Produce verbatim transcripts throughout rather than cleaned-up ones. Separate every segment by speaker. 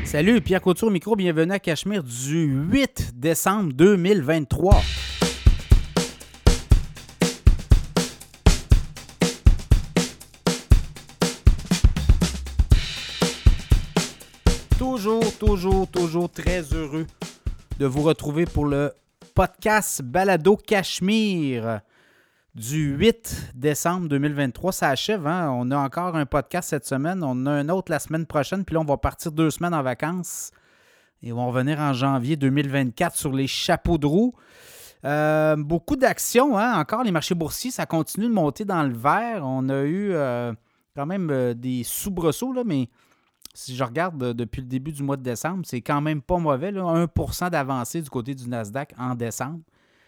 Speaker 1: Salut, Pierre Couture au micro, bienvenue à Cachemire du huit décembre deux mille vingt-trois. Toujours, toujours, toujours très heureux de vous retrouver pour le podcast Balado Cachemire du huit décembre deux mille vingt-trois. Ça achève, hein? On a encore un podcast cette semaine, on a un autre la semaine prochaine, puis là, on va partir deux semaines en vacances et on va revenir en janvier deux mille vingt-quatre sur les chapeaux de roue. Euh, beaucoup d'actions, hein? Encore les marchés boursiers, ça continue de monter dans le vert. On a eu euh, quand même euh, des soubresauts, là, mais si je regarde euh, depuis le début du mois de décembre, c'est quand même pas mauvais, là, un pour cent d'avancée du côté du Nasdaq en décembre.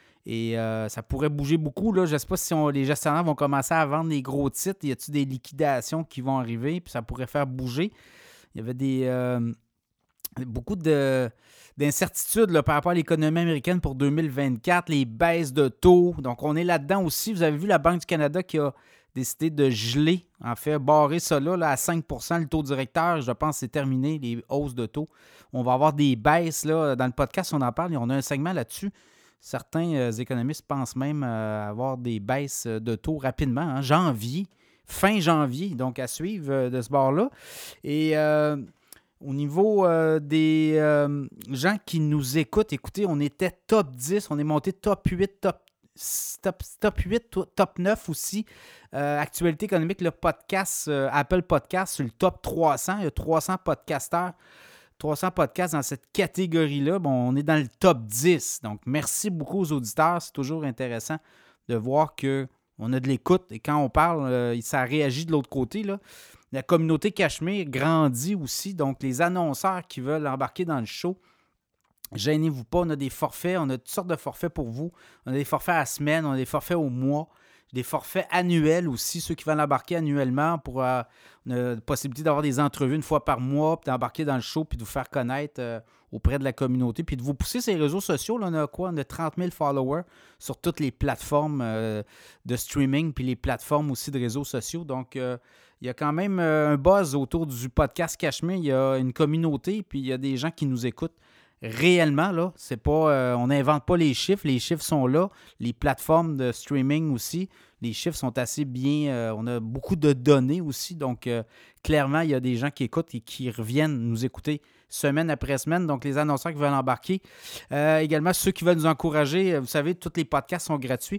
Speaker 1: Et euh, ça pourrait bouger beaucoup. Là. Je ne sais pas si on, les gestionnaires vont commencer à vendre les gros titres. Y a-t-il des liquidations qui vont arriver? Puis ça pourrait faire bouger. Il y avait des euh, beaucoup de, d'incertitudes là, par rapport à l'économie américaine pour deux mille vingt-quatre, les baisses de taux. Donc, on est là-dedans aussi. Vous avez vu la Banque du Canada qui a décidé de geler, en fait, barrer ça là, là, à cinq pour cent le taux directeur. Je pense que c'est terminé, les hausses de taux. On va avoir des baisses. Là. Dans le podcast, on en parle et on a un segment là-dessus. Certains euh, économistes pensent même euh, avoir des baisses de taux rapidement, hein, janvier, fin janvier, donc à suivre euh, de ce bord-là. Et euh, au niveau euh, des euh, gens qui nous écoutent, écoutez, on était top dix, on est monté top huit, top, top, top huit, top neuf aussi. Euh, Actualité économique, le podcast, euh, Apple Podcast sur le top trois cents, il y a trois cents podcasteurs. trois cents podcasts dans cette catégorie-là. Bon, on est dans le top dix. Donc, merci beaucoup aux auditeurs. C'est toujours intéressant de voir qu'on a de l'écoute. Et quand on parle, euh, ça réagit de l'autre côté, là. La communauté Cachemire grandit aussi. Donc, les annonceurs qui veulent embarquer dans le show, gênez-vous pas. On a des forfaits. On a toutes sortes de forfaits pour vous. On a des forfaits à la semaine. On a des forfaits au mois. Des forfaits annuels aussi, ceux qui veulent embarquer annuellement pour euh, la possibilité d'avoir des entrevues une fois par mois, puis d'embarquer dans le show, puis de vous faire connaître euh, auprès de la communauté, puis de vous pousser sur les réseaux sociaux. Là, on a quoi? On a trente mille followers sur toutes les plateformes euh, de streaming, puis les plateformes aussi de réseaux sociaux. Donc, euh, il y a quand même euh, un buzz autour du podcast Cachemire. Il y a une communauté, puis il y a des gens qui nous écoutent. Réellement, là, c'est pas, euh, on n'invente pas les chiffres, les chiffres sont là, les plateformes de streaming aussi, les chiffres sont assez bien, euh, on a beaucoup de données aussi, donc euh, clairement, il y a des gens qui écoutent et qui reviennent nous écouter semaine après semaine, donc les annonceurs qui veulent embarquer. Euh, également, ceux qui veulent nous encourager, vous savez, tous les podcasts sont gratuits.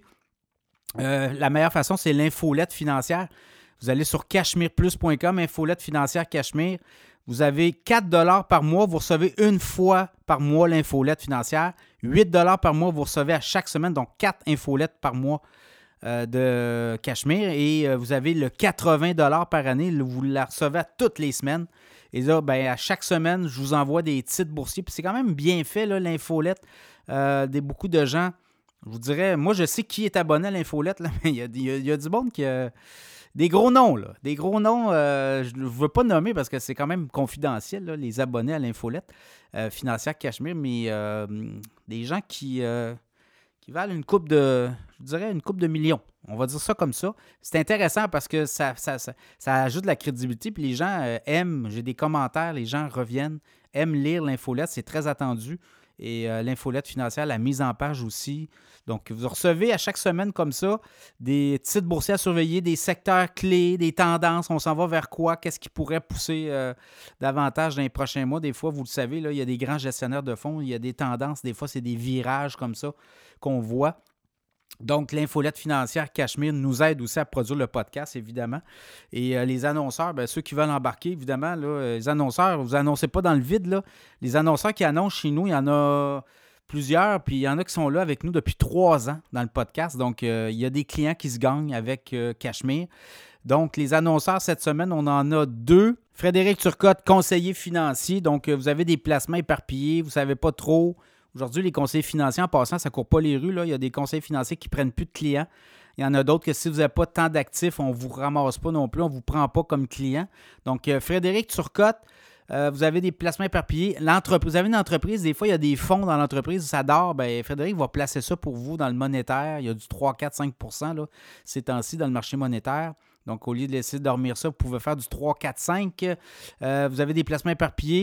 Speaker 1: Euh, la meilleure façon, c'est l'infolette financière. Vous allez sur cachemire plus point com, infolette financière Cachemire. Vous avez quatre dollars par mois, vous recevez une fois par mois l'infolette financière. huit dollars par mois, vous recevez à chaque semaine, donc quatre infolettes par mois euh, de Cachemire. Et euh, vous avez le quatre-vingts dollars par année, vous la recevez à toutes les semaines. Et là, ben, à chaque semaine, je vous envoie des titres boursiers. Puis c'est quand même bien fait, là, l'infolette. Euh, des, beaucoup de gens, je vous dirais, moi, je sais qui est abonné à l'infolette, là, mais il y a, il y a, il y a du monde qui a... Des gros noms, là. Des gros noms, euh, je ne veux pas nommer parce que c'est quand même confidentiel, là, les abonnés à l'infolette euh, financière Cachemire, mais euh, des gens qui, euh, qui valent une coupe de, je dirais, une coupe de millions. On va dire ça comme ça. C'est intéressant parce que ça, ça, ça, ça ajoute de la crédibilité, puis les gens euh, aiment, j'ai des commentaires, les gens reviennent, aiment lire l'infolette, c'est très attendu. Et euh, l'infolette financière, la mise en page aussi. Donc, vous recevez à chaque semaine comme ça des titres boursiers à surveiller, des secteurs clés, des tendances. On s'en va vers quoi? Qu'est-ce qui pourrait pousser euh, davantage dans les prochains mois? Des fois, vous le savez, là, il y a des grands gestionnaires de fonds, il y a des tendances. Des fois, c'est des virages comme ça qu'on voit. Donc, l'infolette financière Cachemire nous aide aussi à produire le podcast, évidemment. Et euh, les annonceurs, bien, ceux qui veulent embarquer, évidemment, là, les annonceurs, vous annoncez pas dans le vide, là. Les annonceurs qui annoncent chez nous, il y en a plusieurs, puis il y en a qui sont là avec nous depuis trois ans dans le podcast. Donc, euh, il y a des clients qui se gagnent avec euh, Cachemire. Donc, les annonceurs, cette semaine, on en a deux. Frédéric Turcotte, conseiller financier. Donc, euh, vous avez des placements éparpillés, vous ne savez pas trop. Aujourd'hui, les conseillers financiers, en passant, ça ne court pas les rues. Là. Il y a des conseillers financiers qui ne prennent plus de clients. Il y en a d'autres que si vous n'avez pas tant d'actifs, on ne vous ramasse pas non plus, on ne vous prend pas comme client. Donc, euh, Frédéric Turcotte, euh, vous avez des placements éparpillés. L'entreprise, vous avez une entreprise, des fois, il y a des fonds dans l'entreprise, ça dort. Bien, Frédéric va placer ça pour vous dans le monétaire. Il y a du trois, quatre, cinq pour cent là, ces temps-ci dans le marché monétaire. Donc, au lieu de laisser dormir ça, vous pouvez faire du trois, quatre, cinq. Euh, vous avez des placements éparpillés.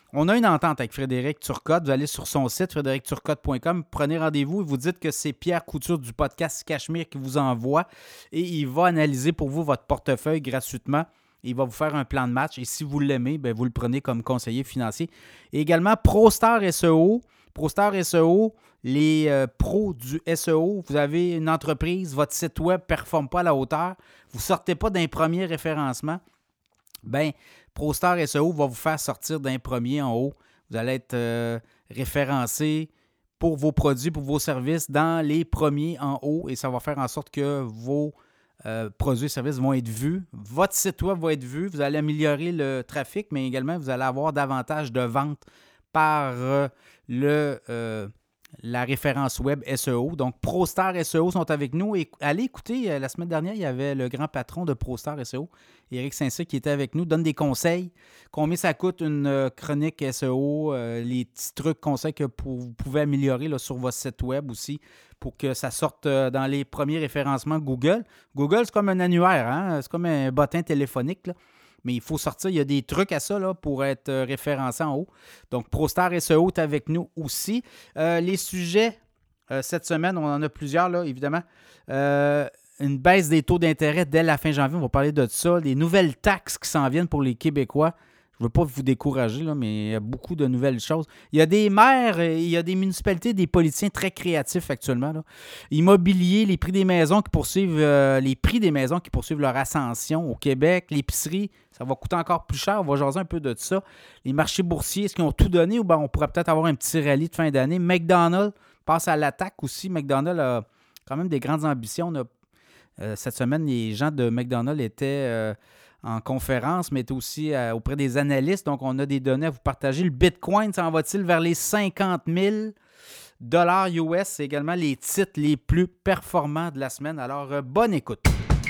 Speaker 1: On a une entente avec Frédéric Turcotte. Vous allez sur son site, frédéric turcotte point com, prenez rendez-vous et vous dites que c'est Pierre Couture du podcast Cachemire qui vous envoie et il va analyser pour vous votre portefeuille gratuitement. Il va vous faire un plan de match et si vous l'aimez, bien, vous le prenez comme conseiller financier. Et également, ProStar S E O. ProStar S E O, les euh, pros du S E O, vous avez une entreprise, votre site web ne performe pas à la hauteur, vous ne sortez pas d'un premier référencement, bien, ProStar S E O va vous faire sortir d'un premier en haut. Vous allez être euh, référencé pour vos produits, pour vos services dans les premiers en haut et ça va faire en sorte que vos euh, produits et services vont être vus. Votre site web va être vu. Vous allez améliorer le trafic, mais également vous allez avoir davantage de ventes par euh, le, euh, la référence web S E O. Donc, ProStar S E O sont avec nous. Et allez écouter, euh, la semaine dernière, il y avait le grand patron de ProStar S E O, Éric Saint-Cyr, qui était avec nous, donne des conseils. Combien ça coûte une euh, chronique S E O, euh, les petits trucs, conseils que pour, vous pouvez améliorer là, sur votre site web aussi pour que ça sorte euh, dans les premiers référencements Google. Google, c'est comme un annuaire, hein? C'est comme un bottin téléphonique, là. Mais il faut sortir, il y a des trucs à ça là, pour être référencé en haut. Donc, ProStar S E O est avec nous aussi. Euh, les sujets, euh, cette semaine, on en a plusieurs, là, évidemment. Euh, une baisse des taux d'intérêt dès la fin janvier, on va parler de ça. Les nouvelles taxes qui s'en viennent pour les Québécois. Je ne veux pas vous décourager, là, mais il y a beaucoup de nouvelles choses. Il y a des maires, il y a des municipalités, des politiciens très créatifs actuellement, là. Immobilier, les prix des maisons qui poursuivent euh, les prix des maisons qui poursuivent leur ascension au Québec. L'épicerie, ça va coûter encore plus cher. On va jaser un peu de ça. Les marchés boursiers, est-ce qu'ils ont tout donné ou bien on pourrait peut-être avoir un petit rallye de fin d'année? McDonald's passe à l'attaque aussi. McDonald's a quand même des grandes ambitions. On a, euh, cette semaine, les gens de McDonald's étaient... Euh, en conférence, mais aussi euh, auprès des analystes. Donc, on a des données à vous partager. Le Bitcoin s'en va-t-il vers les cinquante mille dollars U S? C'est également les titres les plus performants de la semaine. Alors, euh, bonne écoute.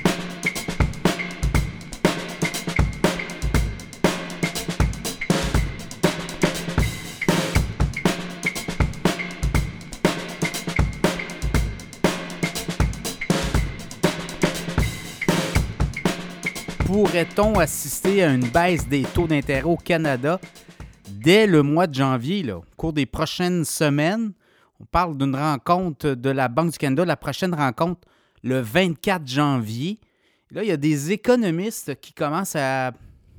Speaker 1: Pourrait-on assister à une baisse des taux d'intérêt au Canada dès le mois de janvier, là, au cours des prochaines semaines? On parle d'une rencontre de la Banque du Canada, la prochaine rencontre le vingt-quatre janvier. Là, il y a des économistes qui commencent à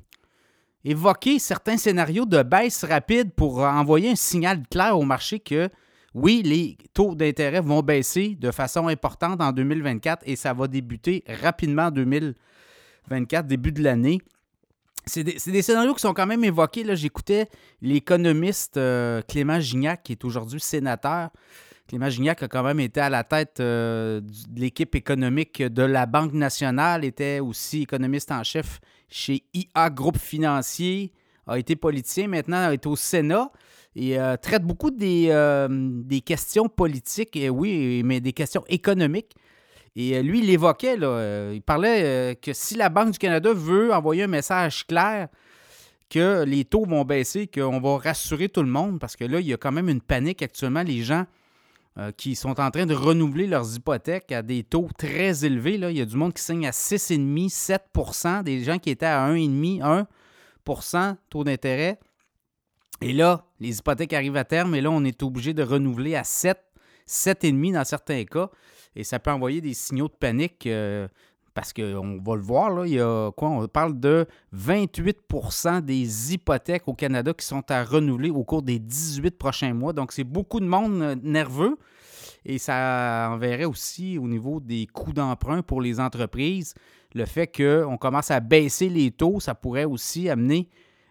Speaker 1: évoquer certains scénarios de baisse rapide pour envoyer un signal clair au marché que, oui, les taux d'intérêt vont baisser de façon importante en deux mille vingt-quatre et ça va débuter rapidement en deux mille vingt-quatre, début de l'année. C'est des, c'est des scénarios qui sont quand même évoqués. Là, j'écoutais l'économiste euh, Clément Gignac, qui est aujourd'hui sénateur. Clément Gignac a quand même été à la tête euh, de l'équipe économique de la Banque nationale, était aussi économiste en chef chez I A Groupe Financier, a été politicien, maintenant est au Sénat et euh, traite beaucoup des, euh, des questions politiques, et oui, mais des questions économiques. Et lui, il évoquait, là, il parlait que si la Banque du Canada veut envoyer un message clair que les taux vont baisser, qu'on va rassurer tout le monde, parce que là, il y a quand même une panique actuellement. Les gens euh, qui sont en train de renouveler leurs hypothèques à des taux très élevés, là, il y a du monde qui signe à six virgule cinq, sept pour cent, des gens qui étaient à un virgule cinq, un pour cent taux d'intérêt. Et là, les hypothèques arrivent à terme et là, on est obligé de renouveler à sept, sept virgule cinq dans certains cas. Et ça peut envoyer des signaux de panique euh, parce qu'on va le voir, là, il y a quoi? On parle de vingt-huit pour cent des hypothèques au Canada qui sont à renouveler au cours des dix-huit prochains mois. Donc, c'est beaucoup de monde nerveux et ça enverrait aussi au niveau des coûts d'emprunt pour les entreprises. Le fait qu'on commence à baisser les taux, ça pourrait aussi amener,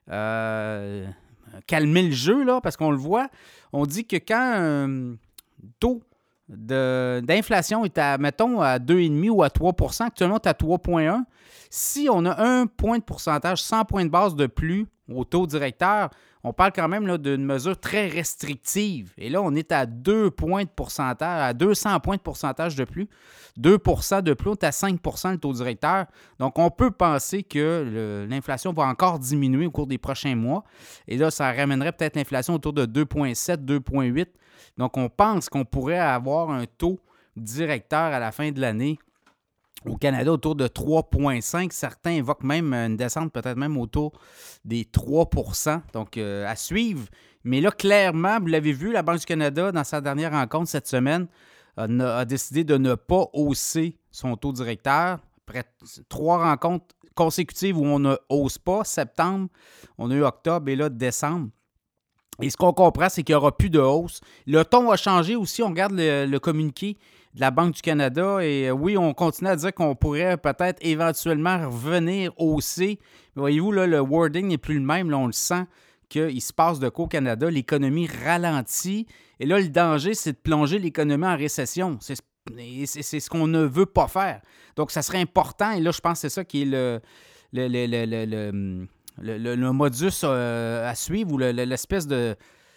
Speaker 1: euh, calmer le jeu, là, parce qu'on le voit. On dit que quand un taux De, d'inflation est à, mettons, à deux virgule cinq ou à trois pour cent. Actuellement, tu es à trois virgule un. Si on a un point de pourcentage, cent points de base de plus au taux directeur, on parle quand même là, d'une mesure très restrictive. Et là, on est à deux points de pourcentage, à deux cents points de pourcentage de plus. deux pour cent de plus, on est à cinq pour cent le taux directeur. Donc, on peut penser que le, l'inflation va encore diminuer au cours des prochains mois. Et là, ça ramènerait peut-être l'inflation autour de deux virgule sept, deux virgule huit. Donc, on pense qu'on pourrait avoir un taux directeur à la fin de l'année Au Canada, autour de trois virgule cinq. Certains évoquent même une descente peut-être même autour des trois pour cent. Donc, euh, à suivre. Mais là, clairement, vous l'avez vu, la Banque du Canada, dans sa dernière rencontre cette semaine, a, a décidé de ne pas hausser son taux directeur. Après trois rencontres consécutives où on ne hausse pas, septembre, on a eu octobre et là, décembre. Et ce qu'on comprend, c'est qu'il n'y aura plus de hausse. Le ton a changé aussi. On regarde le, le communiqué de la Banque du Canada et oui, on continue à dire qu'on pourrait peut-être éventuellement revenir hausser. Mais voyez-vous, là, le wording n'est plus le même. Là, on le sent qu'il se passe de quoi au Canada. L'économie ralentit. Et là, le danger, c'est de plonger l'économie en récession. C'est, c'est, c'est ce qu'on ne veut pas faire. Donc, ça serait important. Et là, je pense que c'est ça qui est le... le, le, le, le, le Le, le, le modus euh, à suivre ou le, le, l'espèce de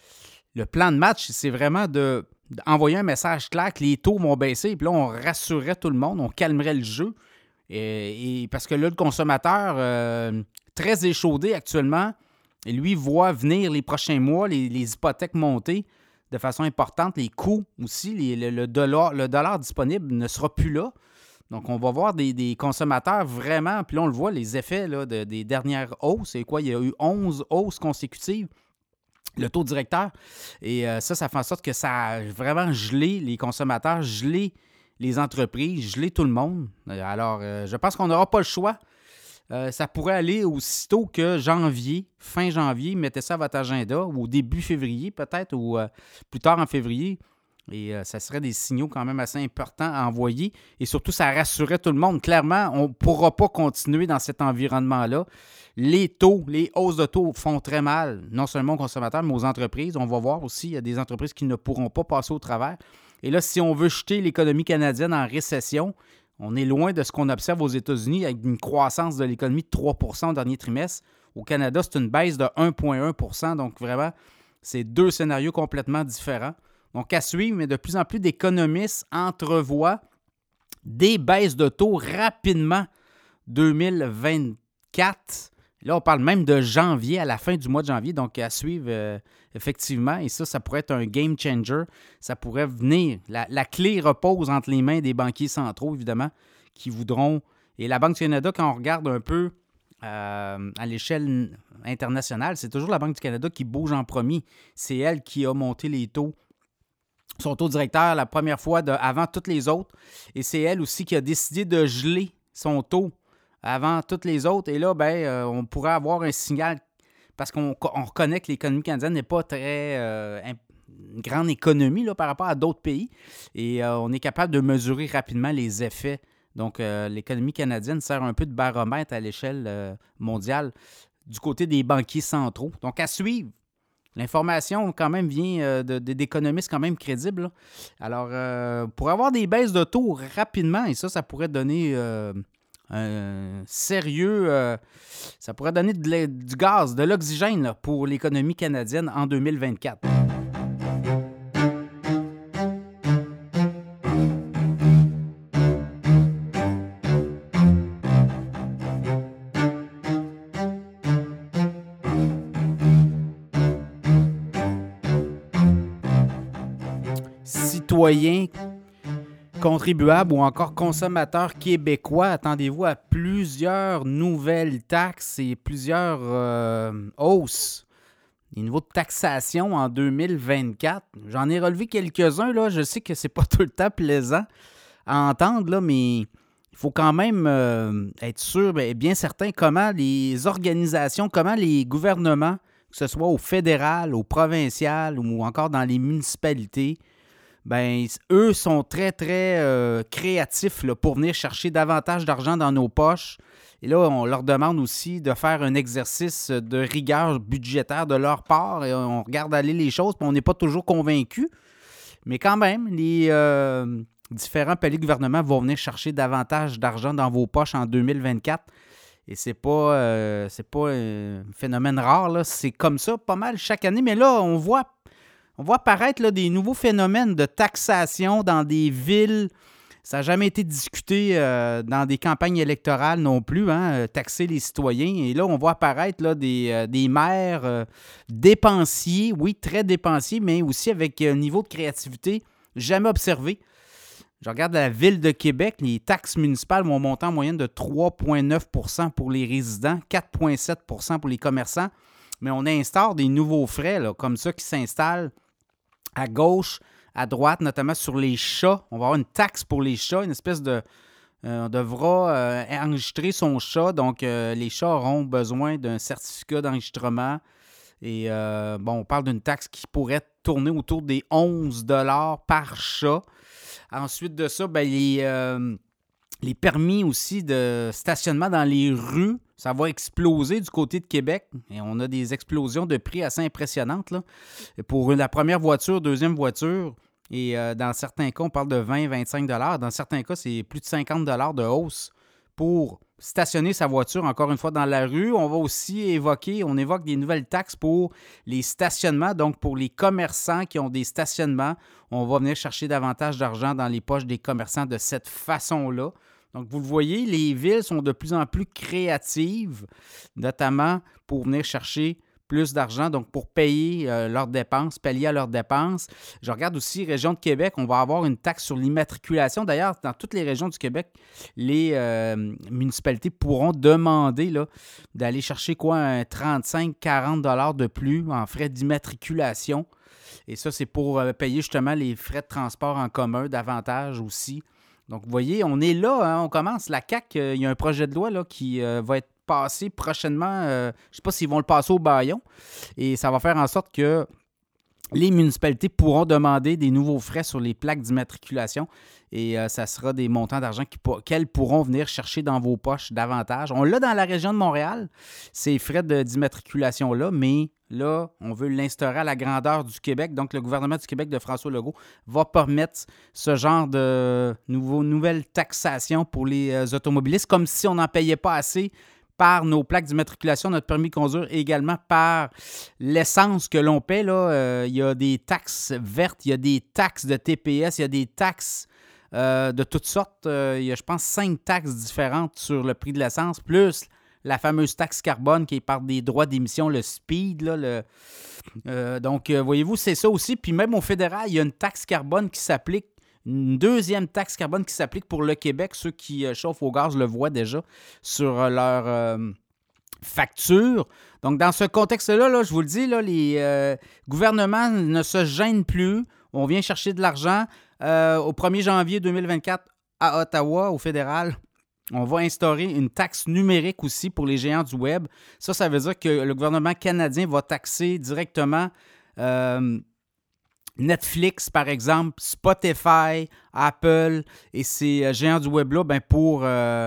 Speaker 1: le plan de match, c'est vraiment de, d'envoyer un message clair que les taux vont baisser. Puis là, on rassurerait tout le monde, on calmerait le jeu. Et, et parce que là, le consommateur, euh, très échaudé actuellement, et lui voit venir les prochains mois les, les hypothèques monter de façon importante. Les coûts aussi, les, le, le, dollar, le dollar disponible ne sera plus là. Donc, on va voir des, des consommateurs vraiment, puis là, on le voit, les effets là, de, des dernières hausses. C'est quoi? Il y a eu onze hausses consécutives, le taux directeur. Et euh, ça, ça fait en sorte que ça a vraiment gelé les consommateurs, gelé les entreprises, gelé tout le monde. Alors, euh, je pense qu'on n'aura pas le choix. Euh, ça pourrait aller aussitôt que janvier, fin janvier, mettez ça à votre agenda, ou au début février peut-être, ou euh, plus tard en février. Et euh, ça serait des signaux quand même assez importants à envoyer. Et surtout, ça rassurait tout le monde. Clairement, on ne pourra pas continuer dans cet environnement-là. Les taux, les hausses de taux font très mal, non seulement aux consommateurs, mais aux entreprises. On va voir aussi, il y a des entreprises qui ne pourront pas passer au travers. Et là, si on veut jeter l'économie canadienne en récession, on est loin de ce qu'on observe aux États-Unis avec une croissance de l'économie de trois pour cent au dernier trimestre. Au Canada, c'est une baisse de un virgule un pour cent. Donc vraiment, c'est deux scénarios complètement différents. Donc, à suivre, mais de plus en plus d'économistes entrevoient des baisses de taux rapidement deux mille vingt-quatre. Là, on parle même de janvier, à la fin du mois de janvier. Donc, à suivre, euh, effectivement. Et ça, ça pourrait être un game changer. Ça pourrait venir. La, la clé repose entre les mains des banquiers centraux, évidemment, qui voudront... Et la Banque du Canada, quand on regarde un peu euh, à l'échelle internationale, c'est toujours la Banque du Canada qui bouge en premier. C'est elle qui a monté les taux. Son taux directeur la première fois de, avant toutes les autres. Et c'est elle aussi qui a décidé de geler son taux avant toutes les autres. Et là, ben, euh, on pourrait avoir un signal parce qu'on on reconnaît que l'économie canadienne n'est pas très euh, une grande économie là, par rapport à d'autres pays. Et euh, on est capable de mesurer rapidement les effets. Donc, euh, l'économie canadienne sert un peu de baromètre à l'échelle euh, mondiale du côté des banquiers centraux. Donc, à suivre. L'information, quand même, vient euh, de, de, d'économistes quand même crédibles. Là. Alors, euh, pour avoir des baisses de taux rapidement, et ça, ça pourrait donner euh, un sérieux... Euh, ça pourrait donner de, du gaz, de l'oxygène là, pour l'économie canadienne en deux mille vingt-quatre. Citoyens, contribuables ou encore consommateurs québécois, attendez-vous à plusieurs nouvelles taxes et plusieurs euh, hausses des niveaux de taxation en deux mille vingt-quatre. J'en ai relevé quelques-uns, là. Je sais que c'est pas tout le temps plaisant à entendre, là, mais il faut quand même euh, être sûr, bien, bien certain comment les organisations, comment les gouvernements, que ce soit au fédéral, au provincial ou encore dans les municipalités, ben eux sont très, très euh, créatifs là, pour venir chercher davantage d'argent dans nos poches. Et là, on leur demande aussi de faire un exercice de rigueur budgétaire de leur part. Et on regarde aller les choses, puis on n'est pas toujours convaincu. Mais quand même, les euh, différents paliers de gouvernement vont venir chercher davantage d'argent dans vos poches en deux mille vingt-quatre. Et c'est pas, euh, c'est pas un phénomène rare, là. C'est comme ça pas mal chaque année. Mais là, on voit... On voit apparaître là, des nouveaux phénomènes de taxation dans des villes. Ça n'a jamais été discuté euh, dans des campagnes électorales non plus, hein, taxer les citoyens. Et là, on voit apparaître là, des, euh, des maires euh, dépensiers, oui, très dépensiers, mais aussi avec un niveau de créativité jamais observé. Je regarde la Ville de Québec, les taxes municipales vont monter en moyenne de trois virgule neuf pour cent pour les résidents, quatre virgule sept pour cent pour les commerçants. Mais on instaure des nouveaux frais là, comme ça qui s'installent à gauche, à droite, notamment sur les chats. On va avoir une taxe pour les chats, une espèce de... Euh, on devra euh, enregistrer son chat. Donc, euh, les chats auront besoin d'un certificat d'enregistrement. Et euh, bon, on parle d'une taxe qui pourrait tourner autour des onze dollars par chat. Ensuite de ça, ben, les, euh, les permis aussi de stationnement dans les rues, ça va exploser du côté de Québec. Et on a des explosions de prix assez impressionnantes là. Pour la première voiture, deuxième voiture. Et euh, dans certains cas, on parle de vingt à vingt-cinq dollars. Dans certains cas, c'est plus de cinquante dollars de hausse pour stationner sa voiture, encore une fois, dans la rue. On va aussi évoquer, on évoque des nouvelles taxes pour les stationnements. Donc, pour les commerçants qui ont des stationnements, on va venir chercher davantage d'argent dans les poches des commerçants de cette façon-là. Donc, vous le voyez, les villes sont de plus en plus créatives, notamment pour venir chercher plus d'argent, donc pour payer euh, leurs dépenses, pallier à leurs dépenses. Je regarde aussi, région de Québec, on va avoir une taxe sur l'immatriculation. D'ailleurs, dans toutes les régions du Québec, les euh, municipalités pourront demander là, d'aller chercher quoi, un trente-cinq à quarante dollars de plus en frais d'immatriculation. Et ça, c'est pour euh, payer justement les frais de transport en commun davantage aussi. Donc, vous voyez, on est là, hein, on commence. La C A Q, euh, il y a un projet de loi là, qui euh, va être passé prochainement. Euh, je ne sais pas s'ils vont le passer au bâillon. Et ça va faire en sorte que les municipalités pourront demander des nouveaux frais sur les plaques d'immatriculation. Et euh, ça sera des montants d'argent qui, qu'elles pourront venir chercher dans vos poches davantage. On l'a dans la région de Montréal, ces frais de, d'immatriculation-là, mais là, on veut l'instaurer à la grandeur du Québec. Donc, le gouvernement du Québec de François Legault va permettre ce genre de nouveau, nouvelle taxation pour les euh, automobilistes, comme si on n'en payait pas assez par nos plaques d'immatriculation, notre permis de conduire, et également par l'essence que l'on paie. Là, euh, il y a des taxes vertes, il y a des taxes de T P S, il y a des taxes euh, de toutes sortes. Euh, il y a, je pense, cinq taxes différentes sur le prix de l'essence, plus la fameuse taxe carbone qui est par des droits d'émission, le speed. Là, le, euh, donc, euh, voyez-vous, c'est ça aussi. Puis même au fédéral, il y a une taxe carbone qui s'applique. Une deuxième taxe carbone qui s'applique pour le Québec. Ceux qui euh, chauffent au gaz le voient déjà sur euh, leur euh, facture. Donc, dans ce contexte-là, là, je vous le dis, là, les euh, gouvernements ne se gênent plus. On vient chercher de l'argent. Euh, au premier janvier deux mille vingt-quatre, à Ottawa, au fédéral, on va instaurer une taxe numérique aussi pour les géants du web. Ça, ça veut dire que le gouvernement canadien va taxer directement... Euh, Netflix, par exemple, Spotify, Apple et ces euh, géants du web-là, ben, pour euh,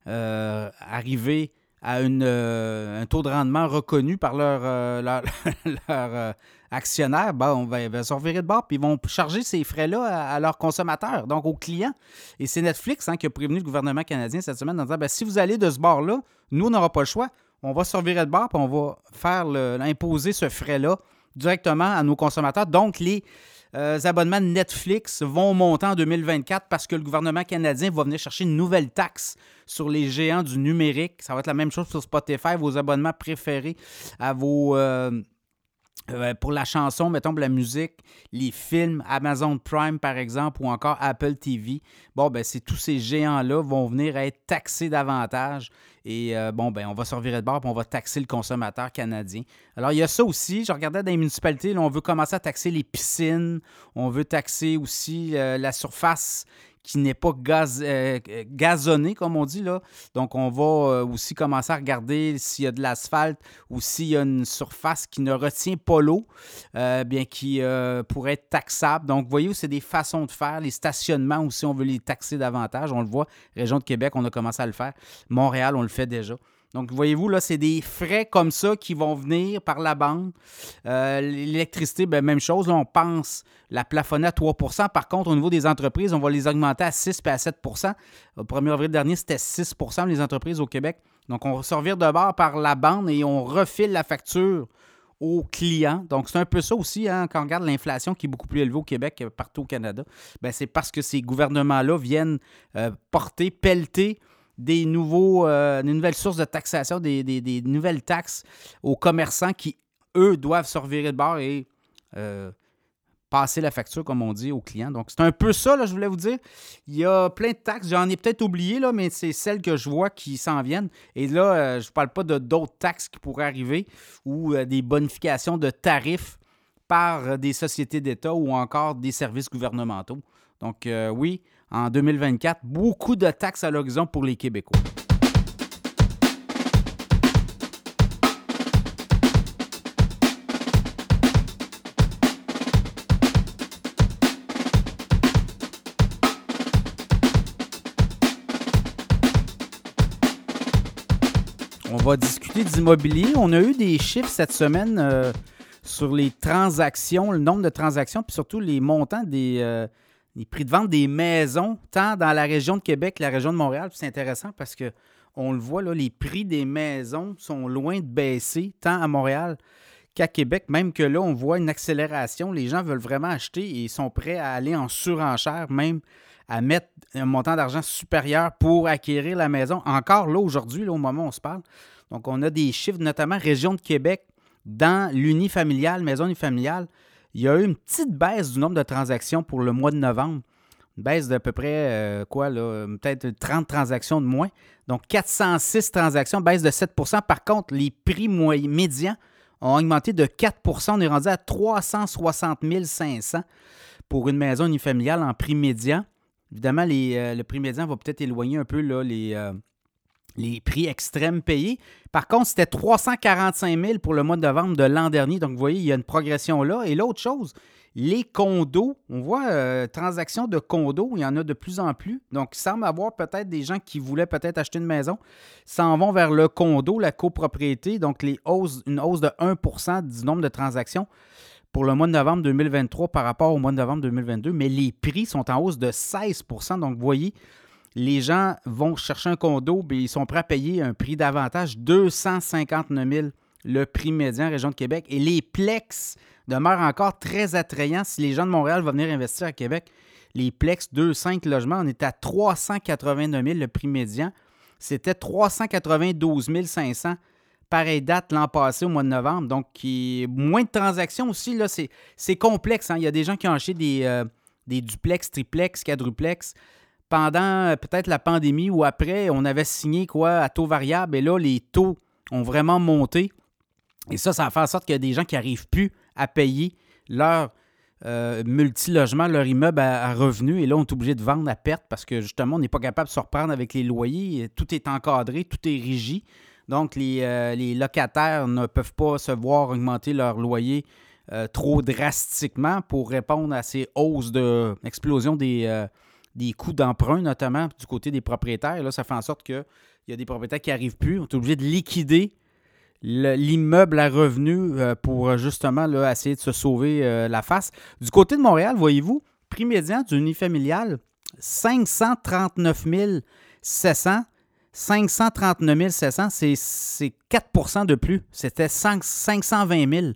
Speaker 1: euh, arriver à une, euh, un taux de rendement reconnu par leurs euh, leur, leur, euh, actionnaires, ben, on va, va se revirer de bord puis ils vont charger ces frais-là à, à leurs consommateurs, donc aux clients. Et c'est Netflix hein, qui a prévenu le gouvernement canadien cette semaine en disant ben, si vous allez de ce bord-là, nous, on n'aura pas le choix. On va se revirer de bord puis on va faire le, imposer ce frais-là directement à nos consommateurs. Donc, les euh, abonnements de Netflix vont monter en deux mille vingt-quatre parce que le gouvernement canadien va venir chercher une nouvelle taxe sur les géants du numérique. Ça va être la même chose sur Spotify, vos abonnements préférés à vos... Euh, Euh, pour la chanson, mettons, pour la musique, les films, Amazon Prime, par exemple, ou encore Apple T V. Bon, ben c'est tous ces géants-là vont venir être taxés davantage. Et euh, bon, ben on va se revirer de bord et on va taxer le consommateur canadien. Alors, il y a ça aussi. Je regardais dans les municipalités, là, on veut commencer à taxer les piscines. On veut taxer aussi euh, la surface qui n'est pas gaz, euh, gazonné, comme on dit, là. Donc, on va euh, aussi commencer à regarder s'il y a de l'asphalte ou s'il y a une surface qui ne retient pas l'eau, euh, bien qui euh, pourrait être taxable. Donc, vous voyez, c'est des façons de faire. Les stationnements aussi, on veut les taxer davantage. On le voit, région de Québec, on a commencé à le faire. Montréal, on le fait déjà. Donc, voyez-vous, là, c'est des frais comme ça qui vont venir par la banque. Euh, l'électricité, ben, même chose. Là, on pense la plafonner à trois pour cent. Par contre, au niveau des entreprises, on va les augmenter à six et à sept pour cent. Au premier avril dernier, c'était six pour cent les entreprises au Québec. Donc, on va se servir de bord par la bande et on refile la facture aux clients. Donc, c'est un peu ça aussi, hein, quand on regarde l'inflation qui est beaucoup plus élevée au Québec que partout au Canada. Ben, c'est parce que ces gouvernements-là viennent euh, porter, pelleter des, nouveaux, euh, des nouvelles sources de taxation, des, des, des nouvelles taxes aux commerçants qui, eux, doivent se revirer de bord et euh, passer la facture, comme on dit, aux clients. Donc, c'est un peu ça, là, je voulais vous dire. Il y a plein de taxes. J'en ai peut-être oublié, là, mais c'est celles que je vois qui s'en viennent. Et là, euh, je ne parle pas de d'autres taxes qui pourraient arriver ou euh, des bonifications de tarifs par euh, des sociétés d'État ou encore des services gouvernementaux. Donc, euh, oui, en deux mille vingt-quatre, beaucoup de taxes à l'horizon pour les Québécois. On va discuter d'immobilier. On a eu des chiffres cette semaine euh, sur les transactions, le nombre de transactions, puis surtout les montants des, euh, des prix de vente des maisons, tant dans la région de Québec que la région de Montréal. Puis c'est intéressant parce qu'on le voit, là, les prix des maisons sont loin de baisser, tant à Montréal qu'à Québec. Même que là, on voit une accélération. Les gens veulent vraiment acheter et ils sont prêts à aller en surenchère, même à mettre un montant d'argent supérieur pour acquérir la maison. Encore là, aujourd'hui, là, au moment où on se parle. Donc, on a des chiffres, notamment région de Québec, dans l'unifamilial, maison unifamiliale. Il y a eu une petite baisse du nombre de transactions pour le mois de novembre. Une baisse d'à peu près, euh, quoi, là, peut-être trente transactions de moins. Donc, quatre cent six transactions, baisse de sept pour cent. Par contre, les prix moyens, médians ont augmenté de quatre pour cent. On est rendu à trois cent soixante mille cinq cents pour une maison unifamiliale en prix médian. Évidemment, les, euh, le prix médian va peut-être éloigner un peu là, les, euh, les prix extrêmes payés. Par contre, c'était trois cent quarante-cinq mille pour le mois de novembre de l'an dernier. Donc, vous voyez, il y a une progression là. Et l'autre chose, les condos, on voit euh, transactions de condos, il y en a de plus en plus. Donc, il semble avoir peut-être des gens qui voulaient peut-être acheter une maison, s'en vont vers le condo, la copropriété. Donc, les hausses, une hausse de un pour cent du nombre de transactions pour le mois de novembre deux mille vingt-trois par rapport au mois de novembre deux mille vingt-deux, mais les prix sont en hausse de seize pour cent. Donc, vous voyez, les gens vont chercher un condo, mais ils sont prêts à payer un prix d'avantage, deux cent cinquante-neuf mille le prix médian région de Québec. Et les plex demeurent encore très attrayants. Si les gens de Montréal vont venir investir à Québec, les plex deux cinq logements, on est à trois cent quatre-vingt-neuf mille le prix médian. C'était trois cent quatre-vingt-douze mille cinq cents. Pareille date l'an passé au mois de novembre. Donc, qui, moins de transactions aussi. Là, c'est, c'est complexe. Hein? Il y a des gens qui ont acheté des, euh, des duplex, triplex, quadruplex pendant euh, peut-être la pandémie ou après. On avait signé quoi à taux variable et là, les taux ont vraiment monté. Et ça, ça fait en sorte qu'il y a des gens qui n'arrivent plus à payer leur euh, multilogement, leur immeuble à, à revenus. Et là, on est obligé de vendre à perte parce que justement, on n'est pas capable de se reprendre avec les loyers. Tout est encadré, tout est régi. Donc, les, euh, les locataires ne peuvent pas se voir augmenter leur loyer euh, trop drastiquement pour répondre à ces hausses d'explosion des, euh, des coûts d'emprunt, notamment du côté des propriétaires. Là, ça fait en sorte qu'il y a des propriétaires qui n'arrivent plus. On est obligé de liquider le, l'immeuble à revenus euh, pour justement là, essayer de se sauver euh, la face. Du côté de Montréal, voyez-vous, prix médian du unifamilial, cinq cent trente-neuf mille sept cents. cinq cent trente-neuf mille sept cents, c'est, c'est quatre pour cent de plus. C'était cinq cent vingt mille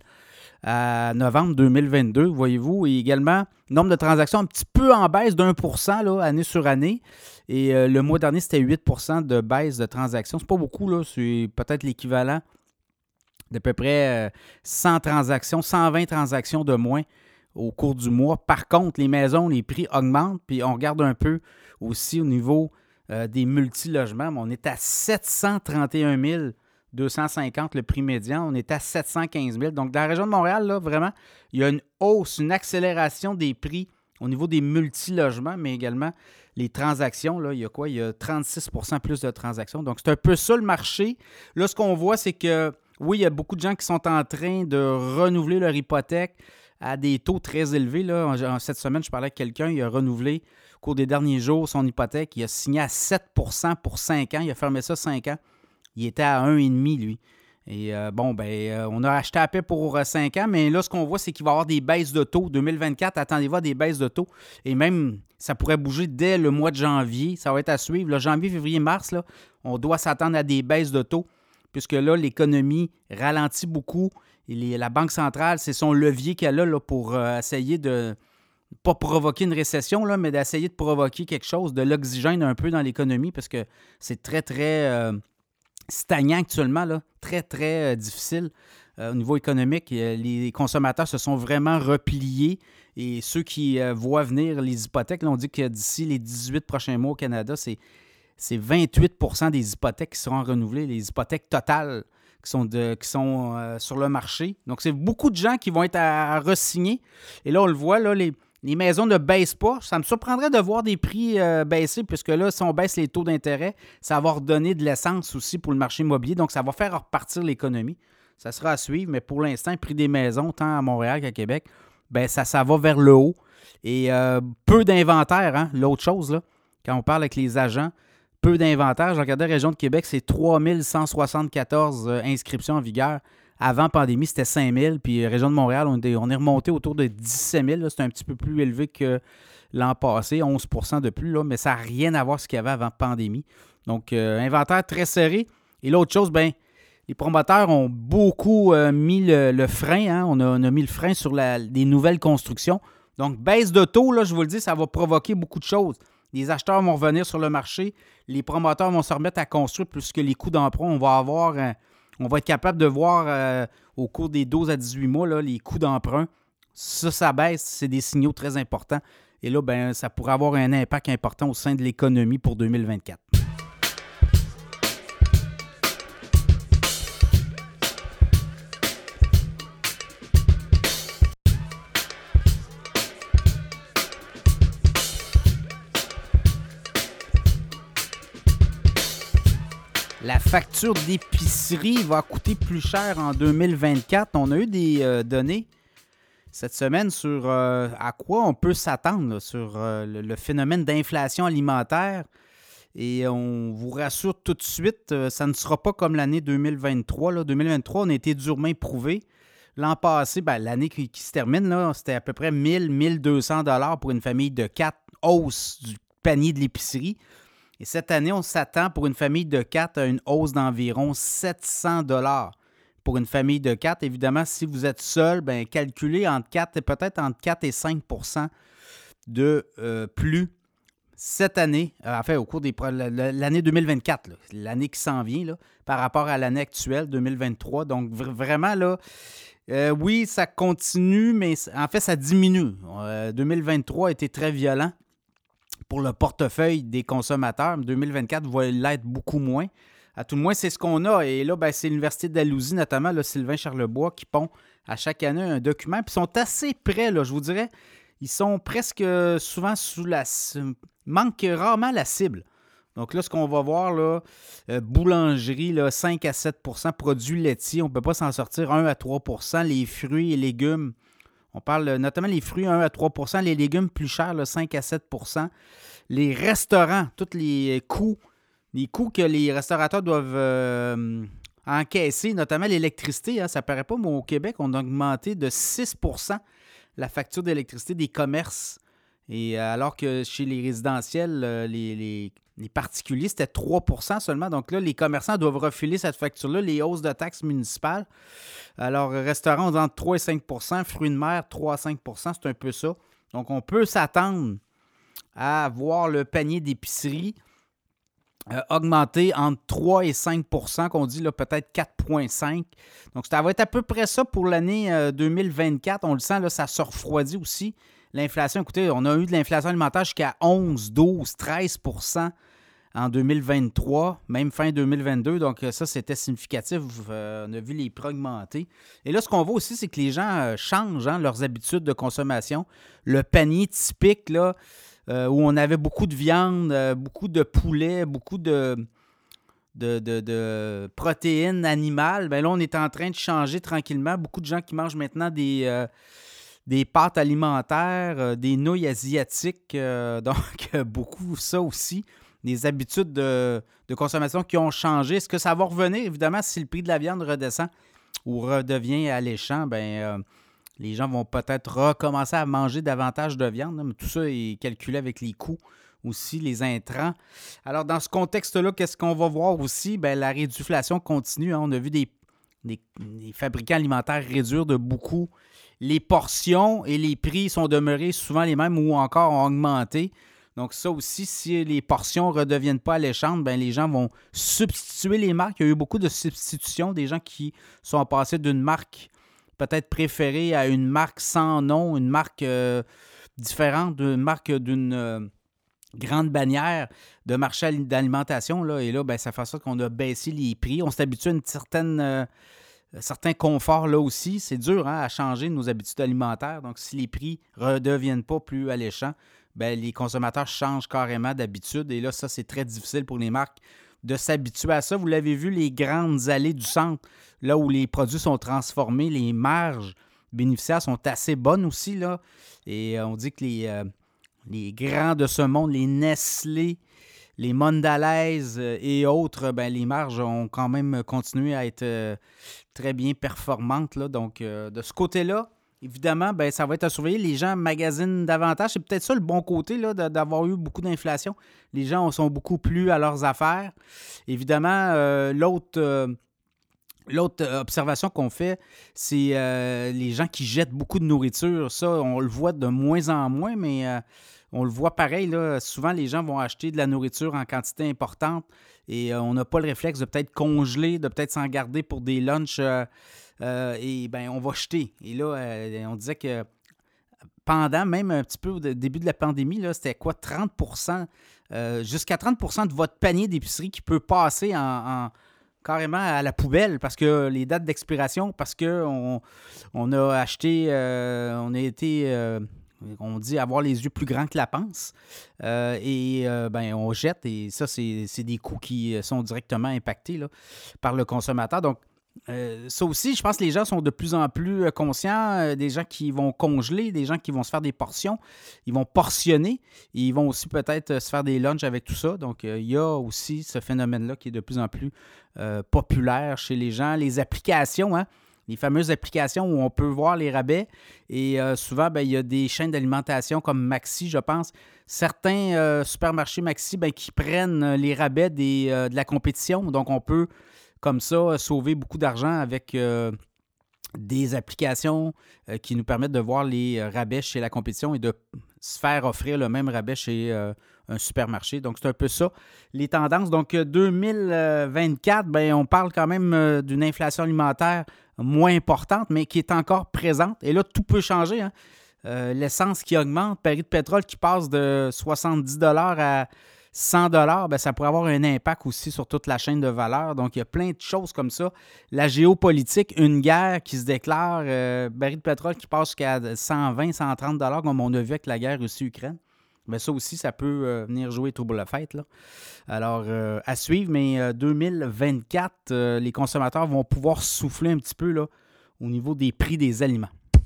Speaker 1: à novembre deux mille vingt-deux, voyez-vous. Et également, nombre de transactions un petit peu en baisse d'un pour cent là, année sur année. Et euh, le mois dernier, c'était huit pour cent de baisse de transactions. C'est pas beaucoup, là. C'est peut-être l'équivalent d'à peu près euh, cent transactions, cent vingt transactions de moins au cours du mois. Par contre, les maisons, les prix augmentent. Puis on regarde un peu aussi au niveau Euh, des multilogements, mais on est à sept cent trente et un mille deux cent cinquante le prix médian. On est à sept cent quinze mille. Donc, dans la région de Montréal, là, vraiment, il y a une hausse, une accélération des prix au niveau des multilogements, mais également les transactions. Là, il y a quoi? Il y a trente-six pour cent plus de transactions. Donc, c'est un peu ça le marché. Là, ce qu'on voit, c'est que, oui, il y a beaucoup de gens qui sont en train de renouveler leur hypothèque à des taux très élevés. Là. Cette semaine, je parlais avec quelqu'un, il a renouvelé au cours des derniers jours son hypothèque. Il a signé à sept pour cent pour cinq ans. Il a fermé ça cinq ans. Il était à un virgule cinq, lui. Et euh, bon, ben, euh, on a acheté à paix pour euh, cinq ans, mais là, ce qu'on voit, c'est qu'il va y avoir des baisses de taux. deux mille vingt-quatre, attendez-vous à des baisses de taux. Et même, ça pourrait bouger dès le mois de janvier. Ça va être à suivre. Là, janvier, février, mars, là, on doit s'attendre à des baisses de taux, puisque là, l'économie ralentit beaucoup. Et les, la Banque centrale, c'est son levier qu'elle a là, pour euh, essayer de pas provoquer une récession, là, mais d'essayer de provoquer quelque chose, de l'oxygène un peu dans l'économie, parce que c'est très, très euh, stagnant actuellement, là, très, très euh, difficile euh, au niveau économique, euh, les consommateurs se sont vraiment repliés. Et ceux qui euh, voient venir les hypothèques, là, on dit que d'ici les dix-huit prochains mois au Canada, c'est, c'est vingt-huit pour cent des hypothèques qui seront renouvelées, les hypothèques totales qui sont, de, qui sont euh, sur le marché. Donc, c'est beaucoup de gens qui vont être à, à re-signer. Et là, on le voit, là, les, les maisons ne baissent pas. Ça me surprendrait de voir des prix euh, baisser, puisque là, si on baisse les taux d'intérêt, ça va redonner de l'essence aussi pour le marché immobilier. Donc, ça va faire repartir l'économie. Ça sera à suivre, mais pour l'instant, le prix des maisons, tant à Montréal qu'à Québec, ben ça, ça va vers le haut. Et euh, peu d'inventaire, hein, l'autre chose, là, quand on parle avec les agents, peu d'inventaire. Je regardais la région de Québec, c'est trois mille cent soixante-quatorze euh, inscriptions en vigueur. Avant pandémie, c'était cinq mille. Puis région de Montréal, on est, on est remonté autour de dix-sept mille. Là. C'est un petit peu plus élevé que l'an passé, onze pour cent de plus, là, mais ça n'a rien à voir avec ce qu'il y avait avant pandémie. Donc, euh, inventaire très serré. Et l'autre chose, bien, les promoteurs ont beaucoup euh, mis le, le frein. Hein? On, a, on a mis le frein sur la, les nouvelles constructions. Donc, baisse de taux, là, je vous le dis, ça va provoquer beaucoup de choses. Les acheteurs vont revenir sur le marché. Les promoteurs vont se remettre à construire puisque les coûts d'emprunt, on va avoir, euh, on va être capable de voir euh, au cours des douze à dix-huit mois, là, les coûts d'emprunt. Ça, ça baisse. C'est des signaux très importants. Et là, ben, ça pourrait avoir un impact important au sein de l'économie pour deux mille vingt-quatre. La facture d'épicerie va coûter plus cher en deux mille vingt-quatre. On a eu des euh, données cette semaine sur euh, à quoi on peut s'attendre là, sur euh, le, le phénomène d'inflation alimentaire. Et on vous rassure tout de suite, euh, ça ne sera pas comme l'année deux mille vingt-trois. Là. deux mille vingt-trois, on a été durement éprouvé. L'an passé, ben, l'année qui, qui se termine, là, c'était à peu près mille à mille deux cents dollars pour une famille de quatre, hausse du panier de l'épicerie. Et cette année, on s'attend pour une famille de quatre à une hausse d'environ sept cents dollars. Pour une famille de quatre, évidemment, si vous êtes seul, bien, calculez entre quatre et peut-être entre quatre et cinq pour cent de euh, plus cette année, euh, enfin au cours des l'année deux mille vingt-quatre, là, l'année qui s'en vient, là, par rapport à l'année actuelle, deux mille vingt-trois. Donc, v- vraiment, là, euh, oui, ça continue, mais en fait, ça diminue. Euh, deux mille vingt-trois a été très violent pour le portefeuille des consommateurs. deux mille vingt-quatre va l'être beaucoup moins. À tout le moins, c'est ce qu'on a. Et là, ben, c'est l'Université de Dalhousie, notamment là, Sylvain Charlebois, qui pond à chaque année un document. Puis ils sont assez près, là, je vous dirais. Ils sont presque souvent sous la... manquent rarement la cible. Donc là, ce qu'on va voir, là, euh, boulangerie, là, cinq à sept pour cent, produits laitiers, on ne peut pas s'en sortir, un à trois pour cent, les fruits et légumes. On parle notamment les fruits, un à trois pour cent, les légumes plus chers, là, cinq à sept pour cent. Les restaurants, tous les coûts, les coûts que les restaurateurs doivent euh, encaisser, notamment l'électricité, hein, ça ne paraît pas, mais au Québec, on a augmenté de six pour cent la facture d'électricité des commerces. Et alors que chez les résidentiels, les, les, les particuliers, c'était trois pour cent seulement. Donc là, les commerçants doivent refiler cette facture-là, les hausses de taxes municipales. Alors, restaurants, on dit entre trois et cinq pour cent, fruits de mer, trois à cinq pour cent, c'est un peu ça. Donc, on peut s'attendre à voir le panier d'épicerie euh, augmenter entre trois et cinq pour cent, qu'on dit là, peut-être quatre virgule cinq. Donc, ça va être à peu près ça pour l'année euh, deux mille vingt-quatre. On le sent, là, ça se refroidit aussi. L'inflation, écoutez, on a eu de l'inflation alimentaire jusqu'à onze, douze, treize pour cent en deux mille vingt-trois, même fin deux mille vingt-deux. Donc, ça, c'était significatif. Euh, on a vu les prix augmenter. Et là, ce qu'on voit aussi, c'est que les gens euh, changent hein, leurs habitudes de consommation. Le panier typique, là, euh, où on avait beaucoup de viande, euh, beaucoup de poulet, beaucoup de, de, de, de protéines animales, bien là, on est en train de changer tranquillement. Beaucoup de gens qui mangent maintenant des... Euh, des pâtes alimentaires, euh, des nouilles asiatiques, euh, donc euh, beaucoup ça aussi, des habitudes de, de consommation qui ont changé. Est-ce que ça va revenir? Évidemment, si le prix de la viande redescend ou redevient alléchant, bien, euh, les gens vont peut-être recommencer à manger davantage de viande, hein, mais tout ça est calculé avec les coûts aussi, les intrants. Alors, dans ce contexte-là, qu'est-ce qu'on va voir aussi? Bien, la réduflation continue. Hein. On a vu des, des, des fabricants alimentaires réduire de beaucoup les portions et les prix sont demeurés souvent les mêmes ou encore ont augmenté. Donc ça aussi, si les portions ne redeviennent pas alléchantes, ben les gens vont substituer les marques. Il y a eu beaucoup de substitutions, des gens qui sont passés d'une marque peut-être préférée à une marque sans nom, une marque euh, différente, une marque d'une euh, grande bannière de marché d'alimentation. Là, et là, ben, ça fait ça qu'on a baissé les prix. On s'est habitué à une certaine... Euh, Certains conforts là aussi, c'est dur hein, à changer nos habitudes alimentaires. Donc, si les prix ne redeviennent pas plus alléchants, bien, les consommateurs changent carrément d'habitude. Et là, ça, c'est très difficile pour les marques de s'habituer à ça. Vous l'avez vu, les grandes allées du centre, là où les produits sont transformés, les marges bénéficiaires sont assez bonnes aussi. Là. Et euh, on dit que les, euh, les grands de ce monde, les Nestlé, les Mondelez et autres, ben, les marges ont quand même continué à être euh, très bien performantes. Là. Donc, euh, de ce côté-là, évidemment, ben, ça va être à surveiller. Les gens magasinent davantage. C'est peut-être ça le bon côté là, d'avoir eu beaucoup d'inflation. Les gens sont beaucoup plus à leurs affaires. Évidemment, euh, l'autre... Euh, L'autre observation qu'on fait, c'est euh, les gens qui jettent beaucoup de nourriture. Ça, on le voit de moins en moins, mais euh, on le voit pareil. Là. Souvent, les gens vont acheter de la nourriture en quantité importante et euh, on n'a pas le réflexe de peut-être congeler, de peut-être s'en garder pour des lunchs euh, euh, et bien, on va jeter. Et là, euh, on disait que pendant même un petit peu au début de la pandémie, là, c'était quoi, trente pour cent, euh, jusqu'à trente pour cent de votre panier d'épicerie qui peut passer en... en carrément à la poubelle parce que les dates d'expiration, parce qu'on on a acheté, euh, on a été, euh, on dit avoir les yeux plus grands que la panse euh, et euh, ben on jette et ça, c'est, c'est des coûts qui sont directement impactés là, par le consommateur. Donc, Euh, ça aussi, je pense que les gens sont de plus en plus conscients, euh, des gens qui vont congeler, des gens qui vont se faire des portions, ils vont portionner, et ils vont aussi peut-être se faire des lunchs avec tout ça. Donc, euh, il y a aussi ce phénomène-là qui est de plus en plus euh, populaire chez les gens. Les applications, hein, les fameuses applications où on peut voir les rabais, et euh, souvent, ben, il y a des chaînes d'alimentation comme Maxi, je pense. Certains euh, supermarchés Maxi ben, qui prennent les rabais des, euh, de la compétition, donc on peut comme ça, sauver beaucoup d'argent avec euh, des applications euh, qui nous permettent de voir les rabais chez la compétition et de se faire offrir le même rabais chez euh, un supermarché. Donc, c'est un peu ça, les tendances. Donc, deux mille vingt-quatre, ben, on parle quand même euh, d'une inflation alimentaire moins importante, mais qui est encore présente. Et là, tout peut changer. Hein? Euh, l'essence qui augmente, le baril de pétrole qui passe de soixante-dix dollars à cent dollars, ben, ça pourrait avoir un impact aussi sur toute la chaîne de valeur. Donc, il y a plein de choses comme ça. La géopolitique, une guerre qui se déclare, euh, baril de pétrole qui passe jusqu'à cent vingt, cent trente dollars, comme on a vu avec la guerre Russie-Ukraine. Ben, ça aussi, ça peut euh, venir jouer trouble la fête. Là. Alors, euh, à suivre, mais euh, deux mille vingt-quatre, euh, les consommateurs vont pouvoir souffler un petit peu là, au niveau des prix des aliments.